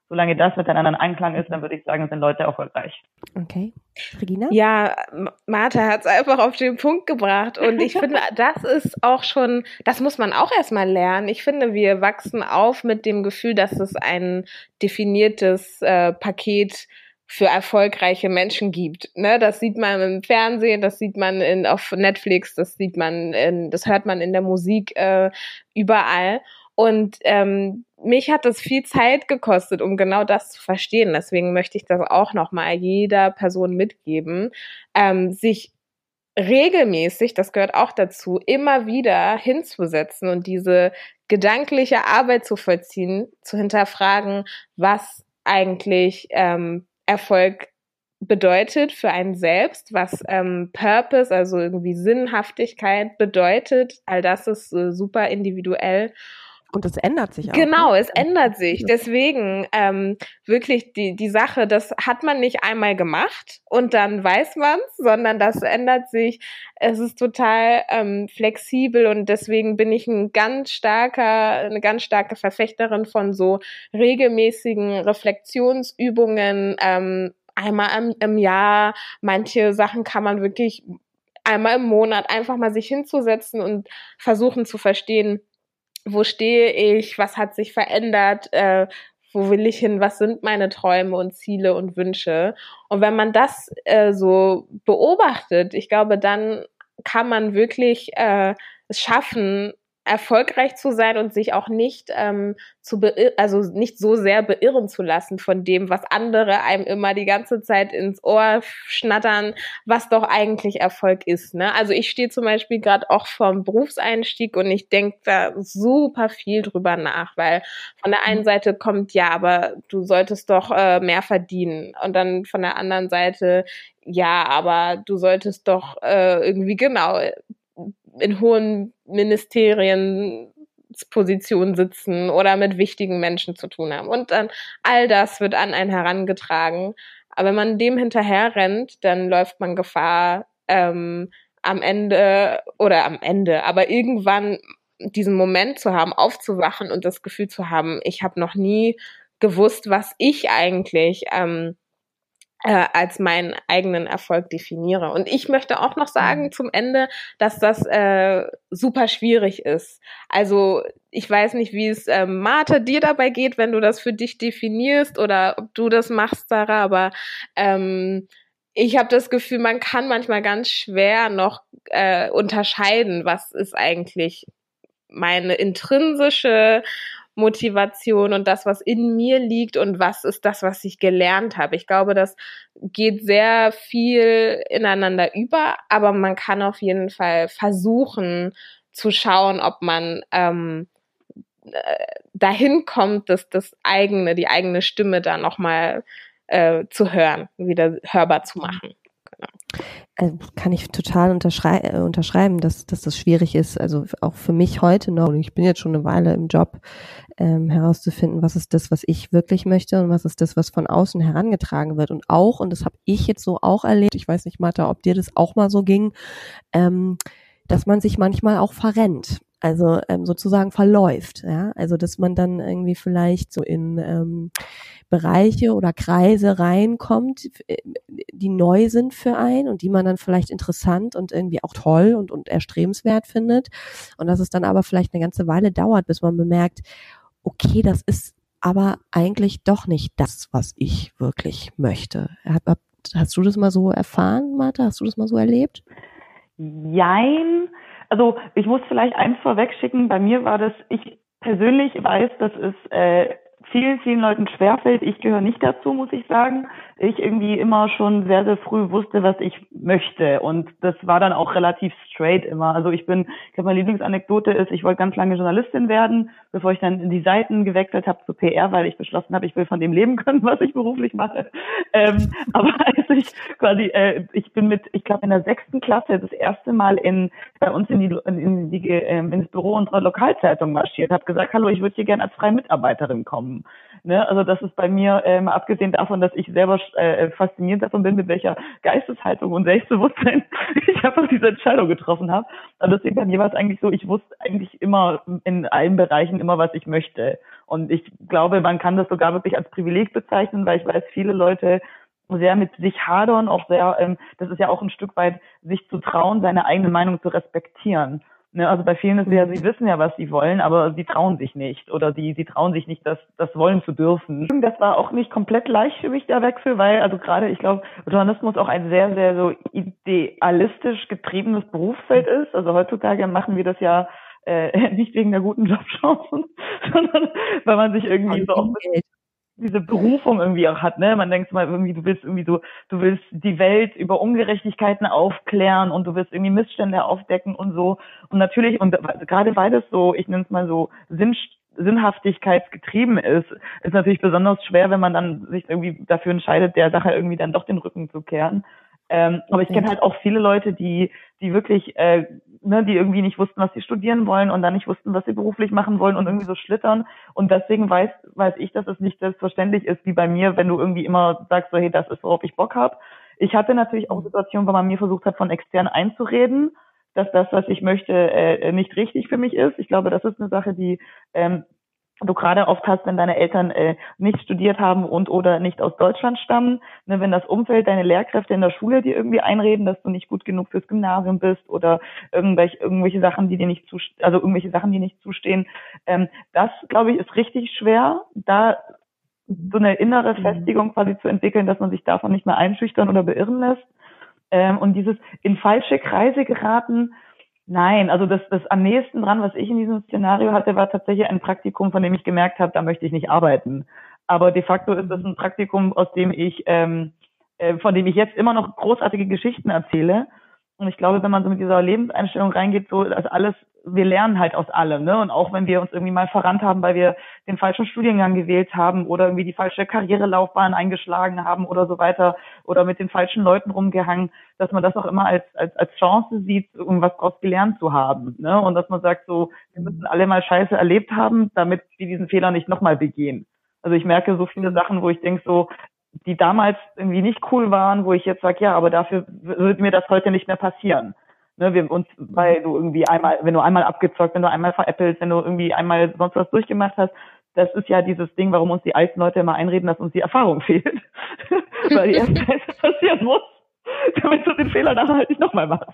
solange das miteinander in Einklang ist, dann würde ich sagen, sind Leute erfolgreich. Okay. Regina? Ja, Martha hat es einfach auf den Punkt gebracht und ich finde, das ist auch schon, das muss man auch erstmal lernen. Ich finde, wir wachsen auf mit dem Gefühl, dass es ein definiertes äh, Paket für erfolgreiche Menschen gibt. Ne, das sieht man im Fernsehen, das sieht man in, auf Netflix, das sieht man, in, das hört man in der Musik äh, überall. Und ähm, mich hat das viel Zeit gekostet, um genau das zu verstehen. Deswegen möchte ich das auch nochmal jeder Person mitgeben, ähm, sich regelmäßig, das gehört auch dazu, immer wieder hinzusetzen und diese gedankliche Arbeit zu vollziehen, zu hinterfragen, was eigentlich ähm, Erfolg bedeutet für einen selbst, was ähm, Purpose, also irgendwie Sinnhaftigkeit bedeutet. All das ist äh, super individuell. Und es ändert sich auch. Genau, ne? es ändert sich. Deswegen ähm, wirklich die die Sache, das hat man nicht einmal gemacht und dann weiß man's, sondern das ändert sich. Es ist total ähm, flexibel und deswegen bin ich ein ganz starker, eine ganz starke Verfechterin von so regelmäßigen Reflexionsübungen, ähm, einmal im, im Jahr. Manche Sachen kann man wirklich einmal im Monat einfach mal sich hinzusetzen und versuchen zu verstehen, wo stehe ich, was hat sich verändert, äh, wo will ich hin, was sind meine Träume und Ziele und Wünsche. Und wenn man das äh, so beobachtet, ich glaube, dann kann man wirklich äh, es schaffen, erfolgreich zu sein und sich auch nicht ähm, zu beir- also nicht so sehr beirren zu lassen von dem, was andere einem immer die ganze Zeit ins Ohr schnattern, was doch eigentlich Erfolg ist. Ne? Also ich stehe zum Beispiel gerade auch vorm Berufseinstieg und ich denke da super viel drüber nach, weil von der einen Seite kommt, ja, aber du solltest doch äh, mehr verdienen und dann von der anderen Seite, ja, aber du solltest doch äh, irgendwie genau in hohen Ministerienspositionen sitzen oder mit wichtigen Menschen zu tun haben. Und dann all das wird an einen herangetragen. Aber wenn man dem hinterher rennt, dann läuft man Gefahr, ähm, am Ende oder am Ende, aber irgendwann diesen Moment zu haben, aufzuwachen und das Gefühl zu haben, ich habe noch nie gewusst, was ich eigentlich ähm, Äh, als meinen eigenen Erfolg definiere. Und ich möchte auch noch sagen zum Ende, dass das äh, super schwierig ist. Also ich weiß nicht, wie es äh, Martha dir dabei geht, wenn du das für dich definierst oder ob du das machst, Sarah, aber ähm, ich habe das Gefühl, man kann manchmal ganz schwer noch äh, unterscheiden, was ist eigentlich meine intrinsische Motivation und das, was in mir liegt und was ist das, was ich gelernt habe. Ich glaube, das geht sehr viel ineinander über, aber man kann auf jeden Fall versuchen zu schauen, ob man ähm, dahin kommt, dass das eigene, die eigene Stimme da nochmal äh, zu hören, wieder hörbar zu machen. Also kann ich total unterschrei- äh, unterschreiben, dass, dass das schwierig ist, also auch für mich heute noch, und ich bin jetzt schon eine Weile im Job, ähm, herauszufinden, was ist das, was ich wirklich möchte und was ist das, was von außen herangetragen wird. Und auch, und das habe ich jetzt so auch erlebt, ich weiß nicht, Martha, ob dir das auch mal so ging, ähm, dass man sich manchmal auch verrennt. Also ähm, sozusagen verläuft, ja, also dass man dann irgendwie vielleicht so in ähm, Bereiche oder Kreise reinkommt, die neu sind für einen und die man dann vielleicht interessant und irgendwie auch toll und, und erstrebenswert findet und dass es dann aber vielleicht eine ganze Weile dauert, bis man bemerkt, okay, das ist aber eigentlich doch nicht das, was ich wirklich möchte. Hast du das mal so erfahren, Martha? Hast du das mal so erlebt? Jein. Also ich muss vielleicht eins vorweg schicken. Bei mir war das, ich persönlich weiß, dass es äh, vielen, vielen Leuten schwerfällt. Ich gehöre nicht dazu, muss ich sagen. Ich irgendwie immer schon sehr, sehr früh wusste, was ich möchte. Und das war dann auch relativ straight immer. Also ich bin, ich glaube, meine Lieblingsanekdote ist, ich wollte ganz lange Journalistin werden, bevor ich dann in die Seiten gewechselt habe zu P R, weil ich beschlossen habe, ich will von dem leben können, was ich beruflich mache. Ähm, aber als ich quasi, äh, ich bin mit, ich glaube, in der sechsten Klasse das erste Mal in bei uns in die, in die ähm, ins Büro unserer Lokalzeitung marschiert, habe gesagt, hallo, ich würde hier gerne als freie Mitarbeiterin kommen. berufen. Ne? Also das ist bei mir, äh, mal abgesehen davon, dass ich selber äh, fasziniert davon bin, mit welcher Geisteshaltung und Selbstbewusstsein ich einfach diese Entscheidung getroffen habe. Und deswegen bei mir war es eigentlich so, ich wusste eigentlich immer in allen Bereichen immer, was ich möchte. Und ich glaube, man kann das sogar wirklich als Privileg bezeichnen, weil ich weiß, viele Leute sehr mit sich hadern, auch sehr, ähm, das ist ja auch ein Stück weit, sich zu trauen, seine eigene Meinung zu respektieren. Ne, also bei vielen ist es ja, sie wissen ja, was sie wollen, aber sie trauen sich nicht oder sie, sie trauen sich nicht, das, das wollen zu dürfen. Das war auch nicht komplett leicht für mich, der Wechsel, weil also gerade, ich glaube, Journalismus auch ein sehr, sehr so idealistisch getriebenes Berufsfeld ist. Also heutzutage machen wir das ja äh, nicht wegen der guten Jobchancen, sondern weil man sich irgendwie so auch diese Berufung irgendwie auch hat, ne? Man denkt mal irgendwie, du willst irgendwie so, du willst die Welt über Ungerechtigkeiten aufklären und du willst irgendwie Missstände aufdecken und so. Und natürlich, und gerade weil das so, ich nenne es mal so, Sinn, sinnhaftigkeitsgetrieben ist, ist natürlich besonders schwer, wenn man dann sich irgendwie dafür entscheidet, der Sache irgendwie dann doch den Rücken zu kehren. Ähm, aber ich kenne halt auch viele Leute, die, die wirklich, äh, ne, die irgendwie nicht wussten, was sie studieren wollen und dann nicht wussten, was sie beruflich machen wollen und irgendwie so schlittern. Und deswegen weiß, weiß ich, dass es nicht selbstverständlich ist, wie bei mir, wenn du irgendwie immer sagst, so, hey, das ist, worauf ich Bock habe. Ich hatte natürlich auch Situationen, wo man mir versucht hat, von extern einzureden, dass das, was ich möchte, äh, nicht richtig für mich ist. Ich glaube, das ist eine Sache, die, ähm, du gerade oft hast, wenn deine Eltern äh, nicht studiert haben und oder nicht aus Deutschland stammen, ne, wenn das Umfeld, deine Lehrkräfte in der Schule dir irgendwie einreden, dass du nicht gut genug fürs Gymnasium bist oder irgendwelche irgendwelche Sachen, die dir nicht zu, also irgendwelche Sachen, die nicht zustehen, ähm, das, glaube ich, ist richtig schwer, da so eine innere Festigung quasi zu entwickeln, dass man sich davon nicht mehr einschüchtern oder beirren lässt. Ähm, und dieses in falsche Kreise geraten, nein, also das, das am nächsten dran, was ich in diesem Szenario hatte, war tatsächlich ein Praktikum, von dem ich gemerkt habe, da möchte ich nicht arbeiten. Aber de facto ist das ein Praktikum, aus dem ich, ähm, äh, von dem ich jetzt immer noch großartige Geschichten erzähle. Und ich glaube, wenn man so mit dieser Lebenseinstellung reingeht, so, dass alles, wir lernen halt aus allem, ne? Und auch wenn wir uns irgendwie mal verrannt haben, weil wir den falschen Studiengang gewählt haben oder irgendwie die falsche Karrierelaufbahn eingeschlagen haben oder so weiter oder mit den falschen Leuten rumgehangen, dass man das auch immer als, als, als Chance sieht, irgendwas draus gelernt zu haben, ne? Und dass man sagt so, wir müssen alle mal Scheiße erlebt haben, damit wir diesen Fehler nicht nochmal begehen. Also ich merke so viele Sachen, wo ich denke so, die damals irgendwie nicht cool waren, wo ich jetzt sage, ja, aber dafür würde mir das heute nicht mehr passieren. Ne, wir uns, weil du irgendwie einmal, wenn du einmal abgezockt, wenn du einmal veräppelst, wenn du irgendwie einmal sonst was durchgemacht hast, das ist ja dieses Ding, warum uns die alten Leute immer einreden, dass uns die Erfahrung fehlt. Weil die erste Scheiße passieren muss, damit du den Fehler nachher halt nicht nochmal machst.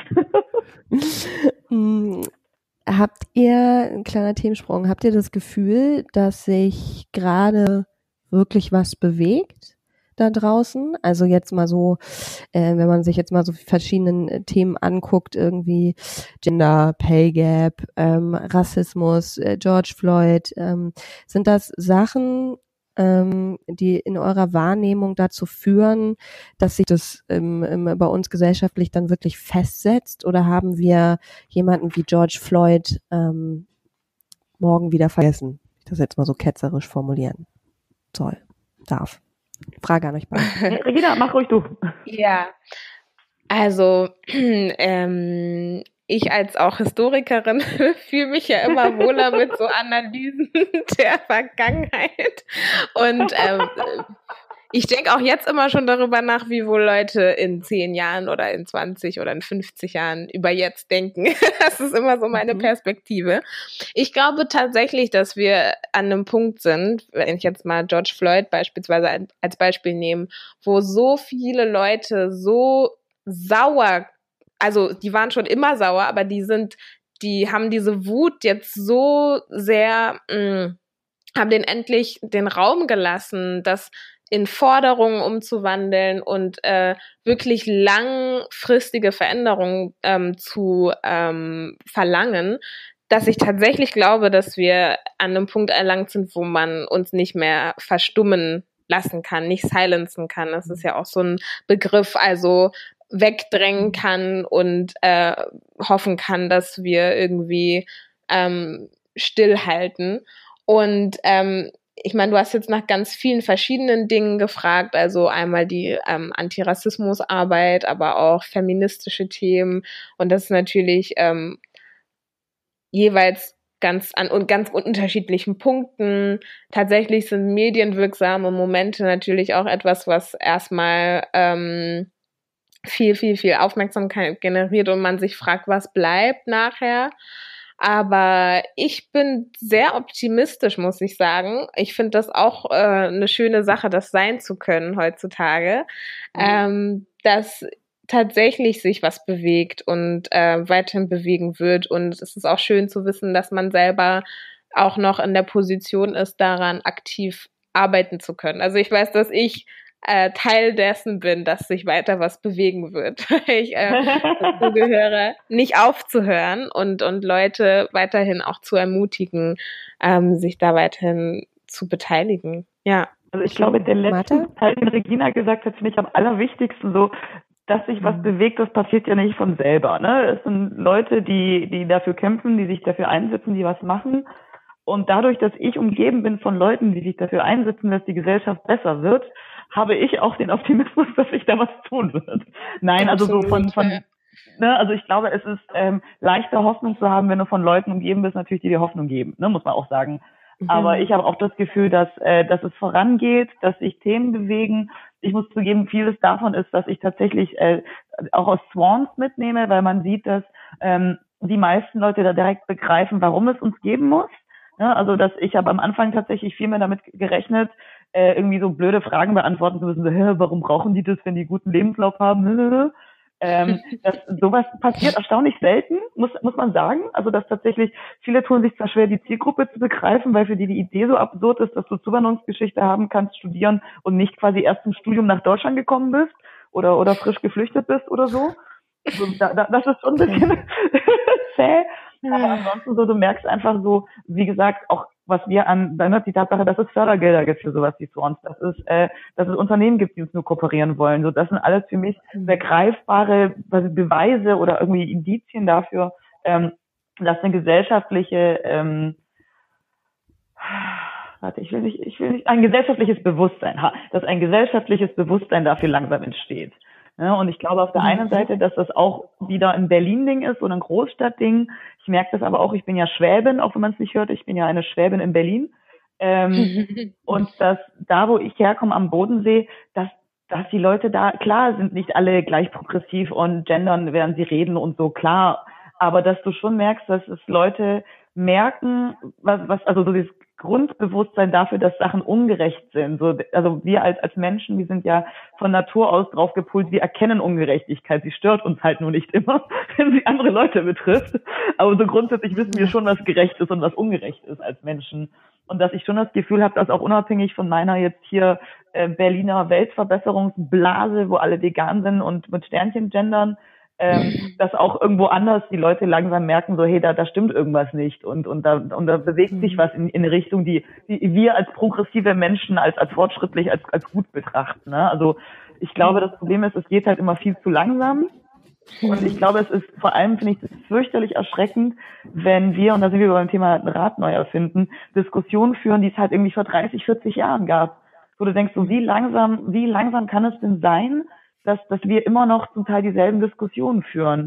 Habt ihr, ein kleiner Themensprung, habt ihr das Gefühl, dass sich gerade wirklich was bewegt da draußen? Also jetzt mal so, äh, wenn man sich jetzt mal so verschiedenen äh, Themen anguckt, irgendwie Gender, Pay Gap, ähm, Rassismus, äh, George Floyd, ähm, sind das Sachen, ähm, die in eurer Wahrnehmung dazu führen, dass sich das ähm, ähm, bei uns gesellschaftlich dann wirklich festsetzt? Oder haben wir jemanden wie George Floyd ähm, morgen wieder vergessen? Ich das jetzt mal so ketzerisch formulieren soll, darf. Frage an euch beide. Hey, Regina, mach ruhig du. Ja, also ähm, ich als auch Historikerin fühle mich ja immer wohler mit so Analysen der Vergangenheit und ähm, ich denke auch jetzt immer schon darüber nach, wie wohl Leute in zehn Jahren oder in zwanzig oder in fünfzig Jahren über jetzt denken. Das ist immer so meine Perspektive. Ich glaube tatsächlich, dass wir an einem Punkt sind, wenn ich jetzt mal George Floyd beispielsweise als Beispiel nehme, wo so viele Leute so sauer, also die waren schon immer sauer, aber die sind, die haben diese Wut jetzt so sehr, mh, haben den endlich den Raum gelassen, dass in Forderungen umzuwandeln und äh, wirklich langfristige Veränderungen ähm, zu ähm, verlangen, dass ich tatsächlich glaube, dass wir an einem Punkt erlangt sind, wo man uns nicht mehr verstummen lassen kann, nicht silenzen kann. Das ist ja auch so ein Begriff, also wegdrängen kann und äh, hoffen kann, dass wir irgendwie ähm, stillhalten. Und ähm, ich meine, du hast jetzt nach ganz vielen verschiedenen Dingen gefragt, also einmal die ähm, Antirassismusarbeit, aber auch feministische Themen und das ist natürlich ähm, jeweils ganz an und ganz unterschiedlichen Punkten. Tatsächlich sind medienwirksame Momente natürlich auch etwas, was erstmal ähm, viel, viel, viel Aufmerksamkeit generiert und man sich fragt, was bleibt nachher. Aber ich bin sehr optimistisch, muss ich sagen. Ich finde das auch äh, eine schöne Sache, das sein zu können heutzutage, mhm. ähm, dass tatsächlich sich was bewegt und äh, weiterhin bewegen wird. Und es ist auch schön zu wissen, dass man selber auch noch in der Position ist, daran aktiv arbeiten zu können. Also ich weiß, dass ich äh, Teil dessen bin, dass sich weiter was bewegen wird. ich äh, dazu gehöre, nicht aufzuhören und, und Leute weiterhin auch zu ermutigen, ähm, sich da weiterhin zu beteiligen. Ja. Also ich glaube, der letzte Martha? Teil, den Regina gesagt hat, finde ich am allerwichtigsten so, dass sich was bewegt, das passiert ja nicht von selber. Ne? Es sind Leute, die, die dafür kämpfen, die sich dafür einsetzen, die was machen. Und dadurch, dass ich umgeben bin von Leuten, die sich dafür einsetzen, dass die Gesellschaft besser wird, habe ich auch den Optimismus, dass sich da was tun wird. Nein, also so von, von ne, also ich glaube, es ist ähm, leichter Hoffnung zu haben, wenn du von Leuten umgeben bist, natürlich, die dir Hoffnung geben, ne, muss man auch sagen. Mhm. Aber ich habe auch das Gefühl, dass, äh, dass es vorangeht, dass sich Themen bewegen. Ich muss zugeben, vieles davon ist, dass ich tatsächlich äh, auch aus Swans mitnehme, weil man sieht, dass ähm, die meisten Leute da direkt begreifen, warum es uns geben muss. Ja, also dass ich habe am Anfang tatsächlich viel mehr damit gerechnet, äh, irgendwie so blöde Fragen beantworten zu müssen, so, hä, warum brauchen die das, wenn die guten Lebenslauf haben? ähm, das, sowas passiert erstaunlich selten, muss muss man sagen. Also dass tatsächlich viele tun sich zwar schwer, die Zielgruppe zu begreifen, weil für die die Idee so absurd ist, dass du Zuwanderungsgeschichte haben kannst, studieren und nicht quasi erst im Studium nach Deutschland gekommen bist oder oder frisch geflüchtet bist oder so. Also, da, da, das ist schon ein bisschen zäh. Aber ansonsten so, du merkst einfach so, wie gesagt, auch was wir an, dann die Tatsache, dass es Fördergelder gibt für sowas wie Swans, dass es, äh, dass es Unternehmen gibt, die uns nur kooperieren wollen. So, das sind alles für mich sehr greifbare Beweise oder irgendwie Indizien dafür, ähm, dass eine gesellschaftliche, ähm, warte, ich will nicht, ich will nicht, ein gesellschaftliches Bewusstsein, dass ein gesellschaftliches Bewusstsein dafür langsam entsteht. Ja, und ich glaube auf der einen Seite, dass das auch wieder ein Berlin-Ding ist oder ein Großstadt-Ding. Ich merke das aber auch, ich bin ja Schwäbin, auch wenn man es nicht hört, ich bin ja eine Schwäbin in Berlin. Ähm, und dass da, wo ich herkomme am Bodensee, dass, dass die Leute da, klar sind nicht alle gleich progressiv und gendern, während sie reden und so, klar. Aber dass du schon merkst, dass es Leute merken, was, was, also so dieses Grundbewusstsein dafür, dass Sachen ungerecht sind. So, also wir als, als Menschen, wir sind ja von Natur aus drauf gepult, wir erkennen Ungerechtigkeit. Sie stört uns halt nur nicht immer, wenn sie andere Leute betrifft. Aber so grundsätzlich wissen wir schon, was gerecht ist und was ungerecht ist als Menschen. Und dass ich schon das Gefühl habe, dass auch unabhängig von meiner jetzt hier äh, Berliner Weltverbesserungsblase, wo alle vegan sind und mit Sternchen gendern, ähm, dass auch irgendwo anders die Leute langsam merken, so hey, da, da stimmt irgendwas nicht und und da und da bewegt sich was in, in eine Richtung, die, die wir als progressive Menschen als als fortschrittlich als als gut betrachten. Ne? Also ich glaube, das Problem ist, es geht halt immer viel zu langsam. Und ich glaube, es ist vor allem, finde ich, das fürchterlich erschreckend, wenn wir, und da sind wir beim Thema Rad neu erfinden, Diskussionen führen, die es halt irgendwie vor dreißig, vierzig Jahren gab. Wo du denkst, so wie langsam, wie langsam kann es denn sein, dass, dass wir immer noch zum Teil dieselben Diskussionen führen?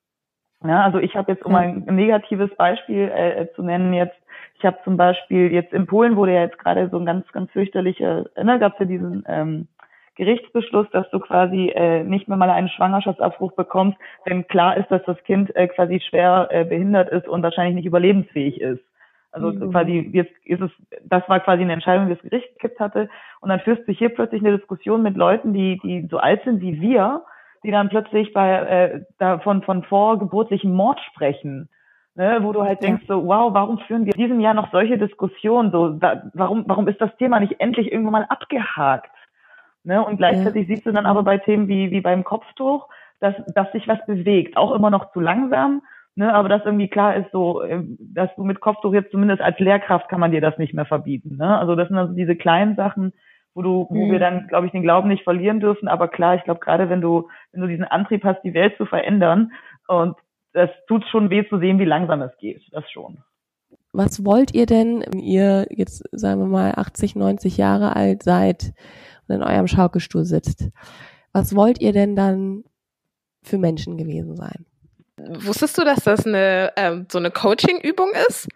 Ja, also ich habe jetzt, um ein negatives Beispiel äh, zu nennen jetzt, ich habe zum Beispiel jetzt in Polen wurde ja jetzt gerade so ein ganz, ganz fürchterlicher, ne, gab es ja diesen ähm, Gerichtsbeschluss, dass du quasi äh, nicht mehr mal einen Schwangerschaftsabbruch bekommst, wenn klar ist, dass das Kind äh, quasi schwer äh, behindert ist und wahrscheinlich nicht überlebensfähig ist. Also mhm. quasi jetzt ist es, das war quasi eine Entscheidung, die das Gericht gekippt hatte. Und dann führst du hier plötzlich eine Diskussion mit Leuten, die die so alt sind wie wir, die dann plötzlich bei äh, davon von vorgeburtlichem Mord sprechen. Ne, wo du halt denkst so, wow, warum führen wir in diesem Jahr noch solche Diskussionen? So, da, warum warum ist das Thema nicht endlich irgendwann mal abgehakt? Ne, und gleichzeitig ja. siehst du dann aber bei Themen wie wie beim Kopftuch, dass dass sich was bewegt, auch immer noch zu langsam, ne, aber dass irgendwie klar ist so, dass du mit Kopftuch jetzt zumindest als Lehrkraft kann man dir das nicht mehr verbieten, ne? Also das sind also diese kleinen Sachen, wo du wo mhm. wir dann, glaube ich, den Glauben nicht verlieren dürfen, aber klar, ich glaube gerade wenn du wenn du diesen Antrieb hast, die Welt zu verändern, und das tut schon weh zu sehen, wie langsam es geht, das schon. Was wollt ihr denn, wenn ihr jetzt, sagen wir mal, achtzig, neunzig Jahre alt seid und in eurem Schaukelstuhl sitzt, was wollt ihr denn dann für Menschen gewesen sein? Wusstest du, dass das eine ähm, so eine Coaching-Übung ist?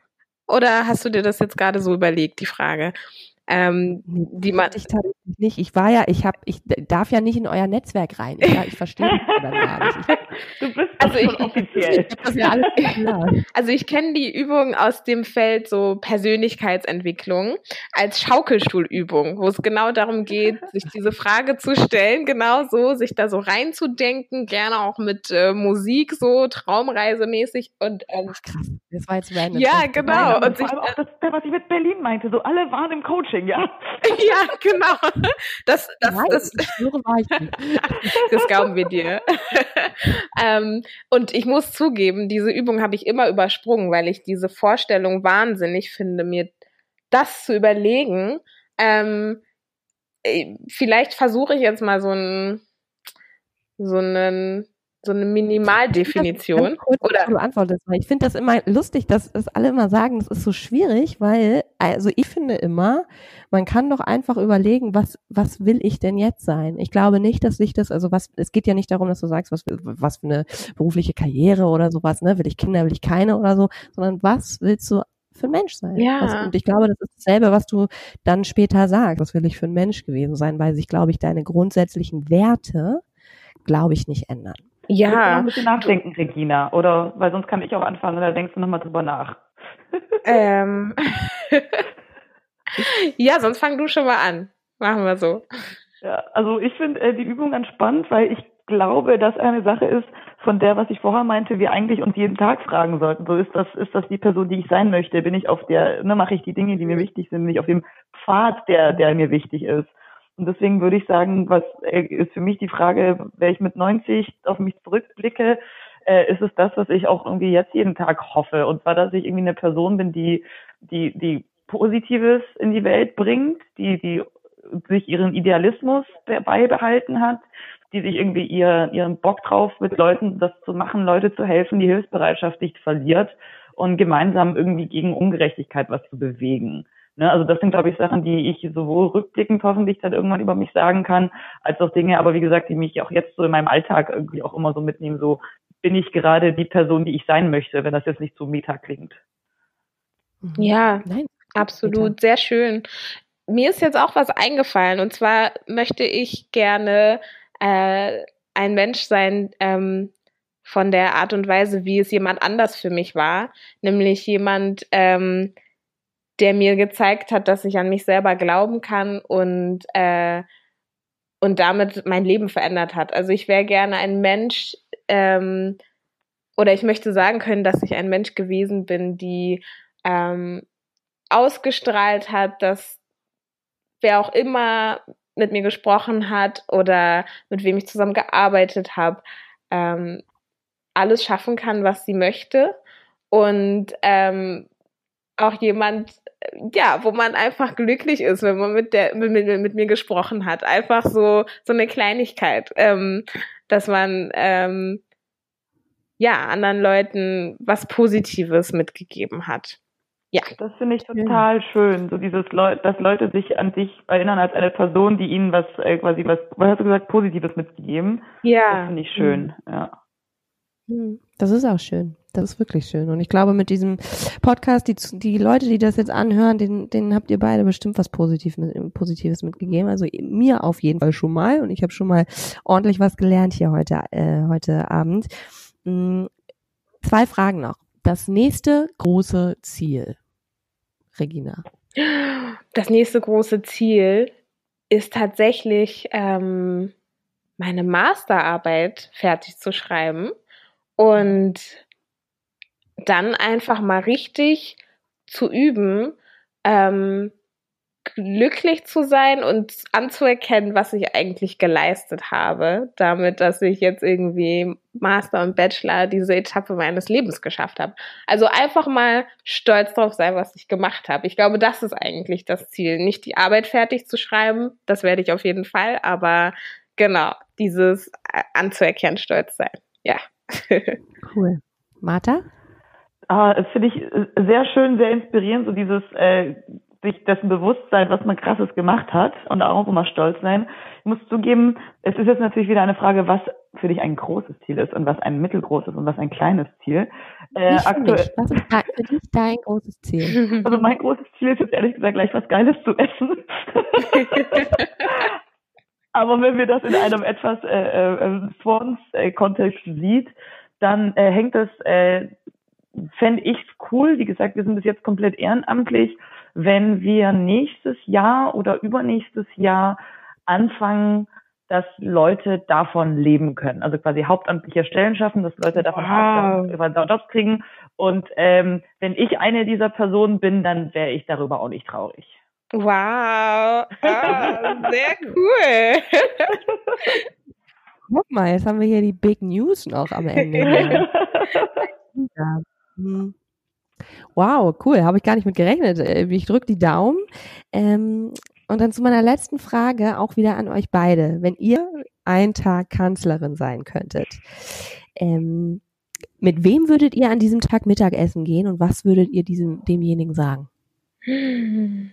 Oder hast du dir das jetzt gerade so überlegt, die Frage? Ähm, die man ich tatsächlich nicht. Ich war ja, ich habe, ich darf ja nicht in euer Netzwerk rein. Ich, ich verstehe das dann gar nicht. Du bist also schon ich, offiziell. Das ist ja alles klar. Also ich kenne die Übung aus dem Feld so Persönlichkeitsentwicklung als Schaukelstuhlübung, wo es genau darum geht, sich diese Frage zu stellen, genau so, sich da so reinzudenken, gerne auch mit äh, Musik so traumreisemäßig und ähm, Ach, krass, das war jetzt random. ja, genau. Und, und vor sich, allem auch das, was ich mit Berlin meinte, so alle waren im Coaching, ja. ja, genau. Das, das, Nein, das, ich schwöre, war ich nicht. das glauben wir dir. ähm, und ich muss zugeben, diese Übung habe ich immer übersprungen, weil ich diese Vorstellung wahnsinnig finde, mir das zu überlegen. Ähm, vielleicht versuche ich jetzt mal so ein, so einen, so eine Minimaldefinition. Kurz, oder du antwortest, weil ich finde das immer lustig, dass das alle immer sagen, das ist so schwierig, weil, also ich finde immer, man kann doch einfach überlegen, was, was will ich denn jetzt sein? Ich glaube nicht, dass ich das, also was, es geht ja nicht darum, dass du sagst, was, was für eine berufliche Karriere oder sowas, ne? Will ich Kinder, will ich keine oder so, sondern was willst du für ein Mensch sein? Ja. Was, und ich glaube, das ist dasselbe, was du dann später sagst. Was will ich für ein Mensch gewesen sein? Weil sich, glaube ich, deine grundsätzlichen Werte, glaube ich, nicht ändern. Ja. Du musst noch ein bisschen nachdenken, Regina. Oder, weil sonst kann ich auch anfangen und da denkst du nochmal drüber nach. ähm. ja, sonst fang du schon mal an. Machen wir so. Ja, also ich finde äh, die Übung ganz spannend, weil ich glaube, dass eine Sache ist, von der, was ich vorher meinte, wir eigentlich uns jeden Tag fragen sollten. So, ist das, ist das die Person, die ich sein möchte? Bin ich auf der, ne, mache ich die Dinge, die mir wichtig sind? Bin ich auf dem Pfad, der, der mir wichtig ist? Und deswegen würde ich sagen, was äh, ist für mich die Frage, wenn ich mit neunzig auf mich zurückblicke, äh, ist es das, was ich auch irgendwie jetzt jeden Tag hoffe. Und zwar, dass ich irgendwie eine Person bin, die, die, die Positives in die Welt bringt, die, die sich ihren Idealismus beibehalten hat, die sich irgendwie ihr, ihren Bock drauf, mit Leuten das zu machen, Leute zu helfen, die Hilfsbereitschaft nicht verliert und gemeinsam irgendwie gegen Ungerechtigkeit was zu bewegen. Ne, also das sind, glaube ich, Sachen, die ich sowohl rückblickend hoffentlich dann irgendwann über mich sagen kann, als auch Dinge, aber wie gesagt, die mich auch jetzt so in meinem Alltag irgendwie auch immer so mitnehmen, so bin ich gerade die Person, die ich sein möchte, wenn das jetzt nicht so meta klingt. Ja, Nein, absolut, meta. sehr schön. Mir ist jetzt auch was eingefallen und zwar möchte ich gerne äh, ein Mensch sein, ähm, von der Art und Weise, wie es jemand anders für mich war, nämlich jemand, ähm, der mir gezeigt hat, dass ich an mich selber glauben kann und äh, und damit mein Leben verändert hat. Also ich wäre gerne ein Mensch, ähm, oder ich möchte sagen können, dass ich ein Mensch gewesen bin, die ähm, ausgestrahlt hat, dass wer auch immer mit mir gesprochen hat oder mit wem ich zusammen gearbeitet habe, ähm, alles schaffen kann, was sie möchte und ähm, auch jemand, ja, wo man einfach glücklich ist, wenn man mit der mit, mit, mit mir gesprochen hat. Einfach so so eine Kleinigkeit, ähm, dass man ähm, ja anderen Leuten was Positives mitgegeben hat. Ja. Das finde ich total schön, so dieses, Leu- dass Leute sich an dich erinnern als eine Person, die ihnen was, äh, quasi was, was hast du gesagt, Positives mitgegeben. Ja. Das finde ich schön, mhm. ja. Das ist auch schön. Das ist wirklich schön. Und ich glaube, mit diesem Podcast, die, die Leute, die das jetzt anhören, denen, denen habt ihr beide bestimmt was Positiv mit, Positives mitgegeben. Also mir auf jeden Fall schon mal. Und ich habe schon mal ordentlich was gelernt hier heute, äh, heute Abend. Hm, zwei Fragen noch. Das nächste große Ziel, Regina. Das nächste große Ziel ist tatsächlich, ähm, meine Masterarbeit fertig zu schreiben und dann einfach mal richtig zu üben, ähm, glücklich zu sein und anzuerkennen, was ich eigentlich geleistet habe, damit, dass ich jetzt irgendwie Master und Bachelor diese Etappe meines Lebens geschafft habe. Also einfach mal stolz drauf sein, was ich gemacht habe. Ich glaube, das ist eigentlich das Ziel. Nicht die Arbeit fertig zu schreiben, das werde ich auf jeden Fall, aber genau, dieses anzuerkennen, stolz sein. Ja. Cool. Martha? Ah, das finde ich sehr schön, sehr inspirierend, so dieses, äh, sich dessen bewusst sein, was man Krasses gemacht hat und auch immer stolz sein. Ich muss zugeben, es ist jetzt natürlich wieder eine Frage, was für dich ein großes Ziel ist und was ein mittelgroßes und was ein kleines Ziel. Äh, aktuell, was ist da, für dich dein großes Ziel? Also mein großes Ziel ist jetzt ehrlich gesagt gleich was Geiles zu essen. Aber wenn wir das in einem etwas äh, äh, Swans-Kontext sieht, dann äh, hängt das, äh, fände ich cool, wie gesagt, wir sind bis jetzt komplett ehrenamtlich, wenn wir nächstes Jahr oder übernächstes Jahr anfangen, dass Leute davon leben können. Also quasi hauptamtliche Stellen schaffen, dass Leute davon wow. Jobs kriegen. Und ähm, wenn ich eine dieser Personen bin, dann wäre ich darüber auch nicht traurig. Wow, ah, sehr cool. Guck mal, jetzt haben wir hier die Big News noch am Ende. Ja. Hm. Wow, cool, habe ich gar nicht mit gerechnet. Ich drücke die Daumen. Ähm, und dann zu meiner letzten Frage, auch wieder an euch beide. Wenn ihr einen Tag Kanzlerin sein könntet, ähm, mit wem würdet ihr an diesem Tag Mittagessen gehen und was würdet ihr diesem demjenigen sagen? Hm.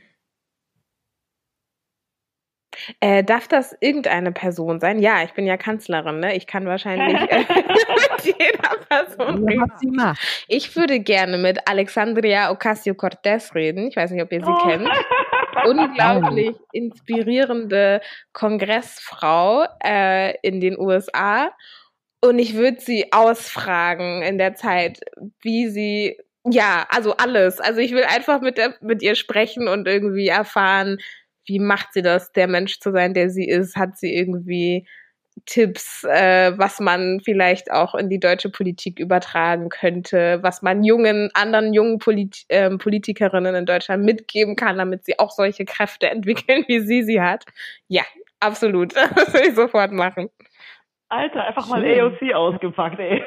Äh, darf das irgendeine Person sein? Ja, ich bin ja Kanzlerin, ne? Ich kann wahrscheinlich äh, mit jeder Person reden. Ich würde gerne mit Alexandria Ocasio-Cortez reden. Ich weiß nicht, ob ihr sie oh. kennt. Unglaublich inspirierende Kongressfrau äh, in den U S A. Und ich würde sie ausfragen in der Zeit, wie sie, ja, also alles. Also ich will einfach mit, der, mit ihr sprechen und irgendwie erfahren, wie macht sie das, der Mensch zu sein, der sie ist? Hat sie irgendwie Tipps, äh, was man vielleicht auch in die deutsche Politik übertragen könnte, was man jungen, anderen jungen Polit- äh, Politikerinnen in Deutschland mitgeben kann, damit sie auch solche Kräfte entwickeln, wie sie sie hat? Ja, absolut. Das will ich sofort machen. Alter, einfach mal Schön. A O C ausgepackt, ey.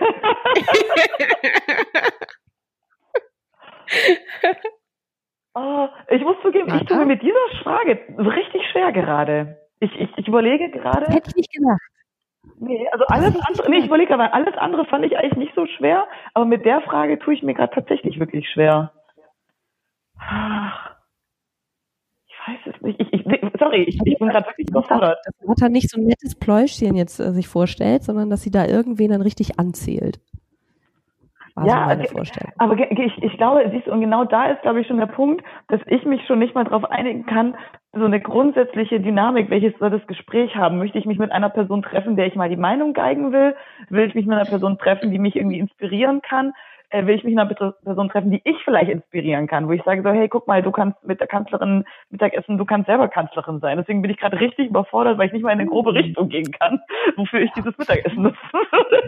Oh, ich muss zugeben, ich tue mir mit dieser Frage richtig schwer gerade. Ich, ich, ich überlege gerade. Hätte ich nicht gedacht. Nee, also alles andere, nee, ich überlege aber, alles andere fand ich eigentlich nicht so schwer, aber mit der Frage tue ich mir gerade tatsächlich wirklich schwer. Ich weiß es nicht. Ich, ich, sorry, ich, ich bin gerade wirklich überfordert. Dass Mutter nicht so ein nettes Pläuschchen jetzt äh, sich vorstellt, sondern dass sie da irgendwen dann richtig anzählt. War ja, so meine Vorstellung. Aber ich, ich glaube, siehst du, und genau da ist, glaube ich, schon der Punkt, dass ich mich schon nicht mal darauf einigen kann, so eine grundsätzliche Dynamik, welches soll das Gespräch haben? Möchte ich mich mit einer Person treffen, der ich mal die Meinung geigen will? Will ich mich mit einer Person treffen, die mich irgendwie inspirieren kann? Äh, will ich mich mit einer Person treffen, die ich vielleicht inspirieren kann? Wo ich sage so, hey, guck mal, du kannst mit der Kanzlerin Mittagessen, du kannst selber Kanzlerin sein. Deswegen bin ich gerade richtig überfordert, weil ich nicht mal in eine grobe Richtung gehen kann, wofür ich dieses Mittagessen nutzen würde.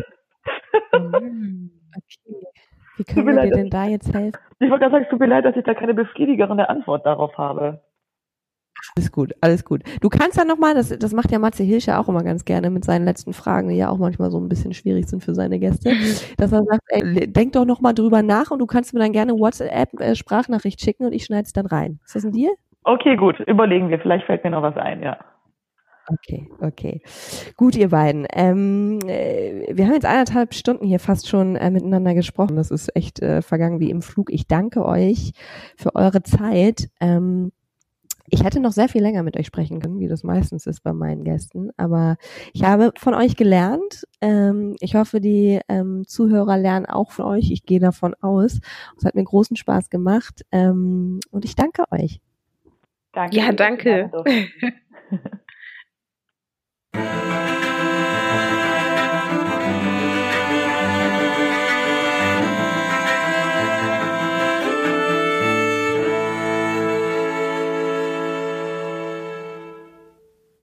Okay. Wie können wir leid, dir denn da jetzt helfen? Ich wollte gerade sagen, es tut mir leid, dass ich da keine befriedigerende Antwort darauf habe. Alles gut, alles gut. Du kannst ja nochmal, das, das macht ja Matze Hilscher auch immer ganz gerne mit seinen letzten Fragen, die ja auch manchmal so ein bisschen schwierig sind für seine Gäste, dass er sagt, ey, denk doch nochmal drüber nach und du kannst mir dann gerne WhatsApp-Sprachnachricht schicken und ich schneide es dann rein. Ist das ein Deal? Okay, gut, überlegen wir. Vielleicht fällt mir noch was ein, ja. Okay, okay. Gut, ihr beiden. Ähm, äh, wir haben jetzt eineinhalb Stunden hier fast schon äh, miteinander gesprochen. Das ist echt äh, vergangen wie im Flug. Ich danke euch für eure Zeit. Ähm, ich hätte noch sehr viel länger mit euch sprechen können, wie das meistens ist bei meinen Gästen. Aber ich habe von euch gelernt. Ähm, ich hoffe, die ähm, Zuhörer lernen auch von euch. Ich gehe davon aus. Es hat mir großen Spaß gemacht. Ähm, und ich danke euch. Danke. Ja, danke.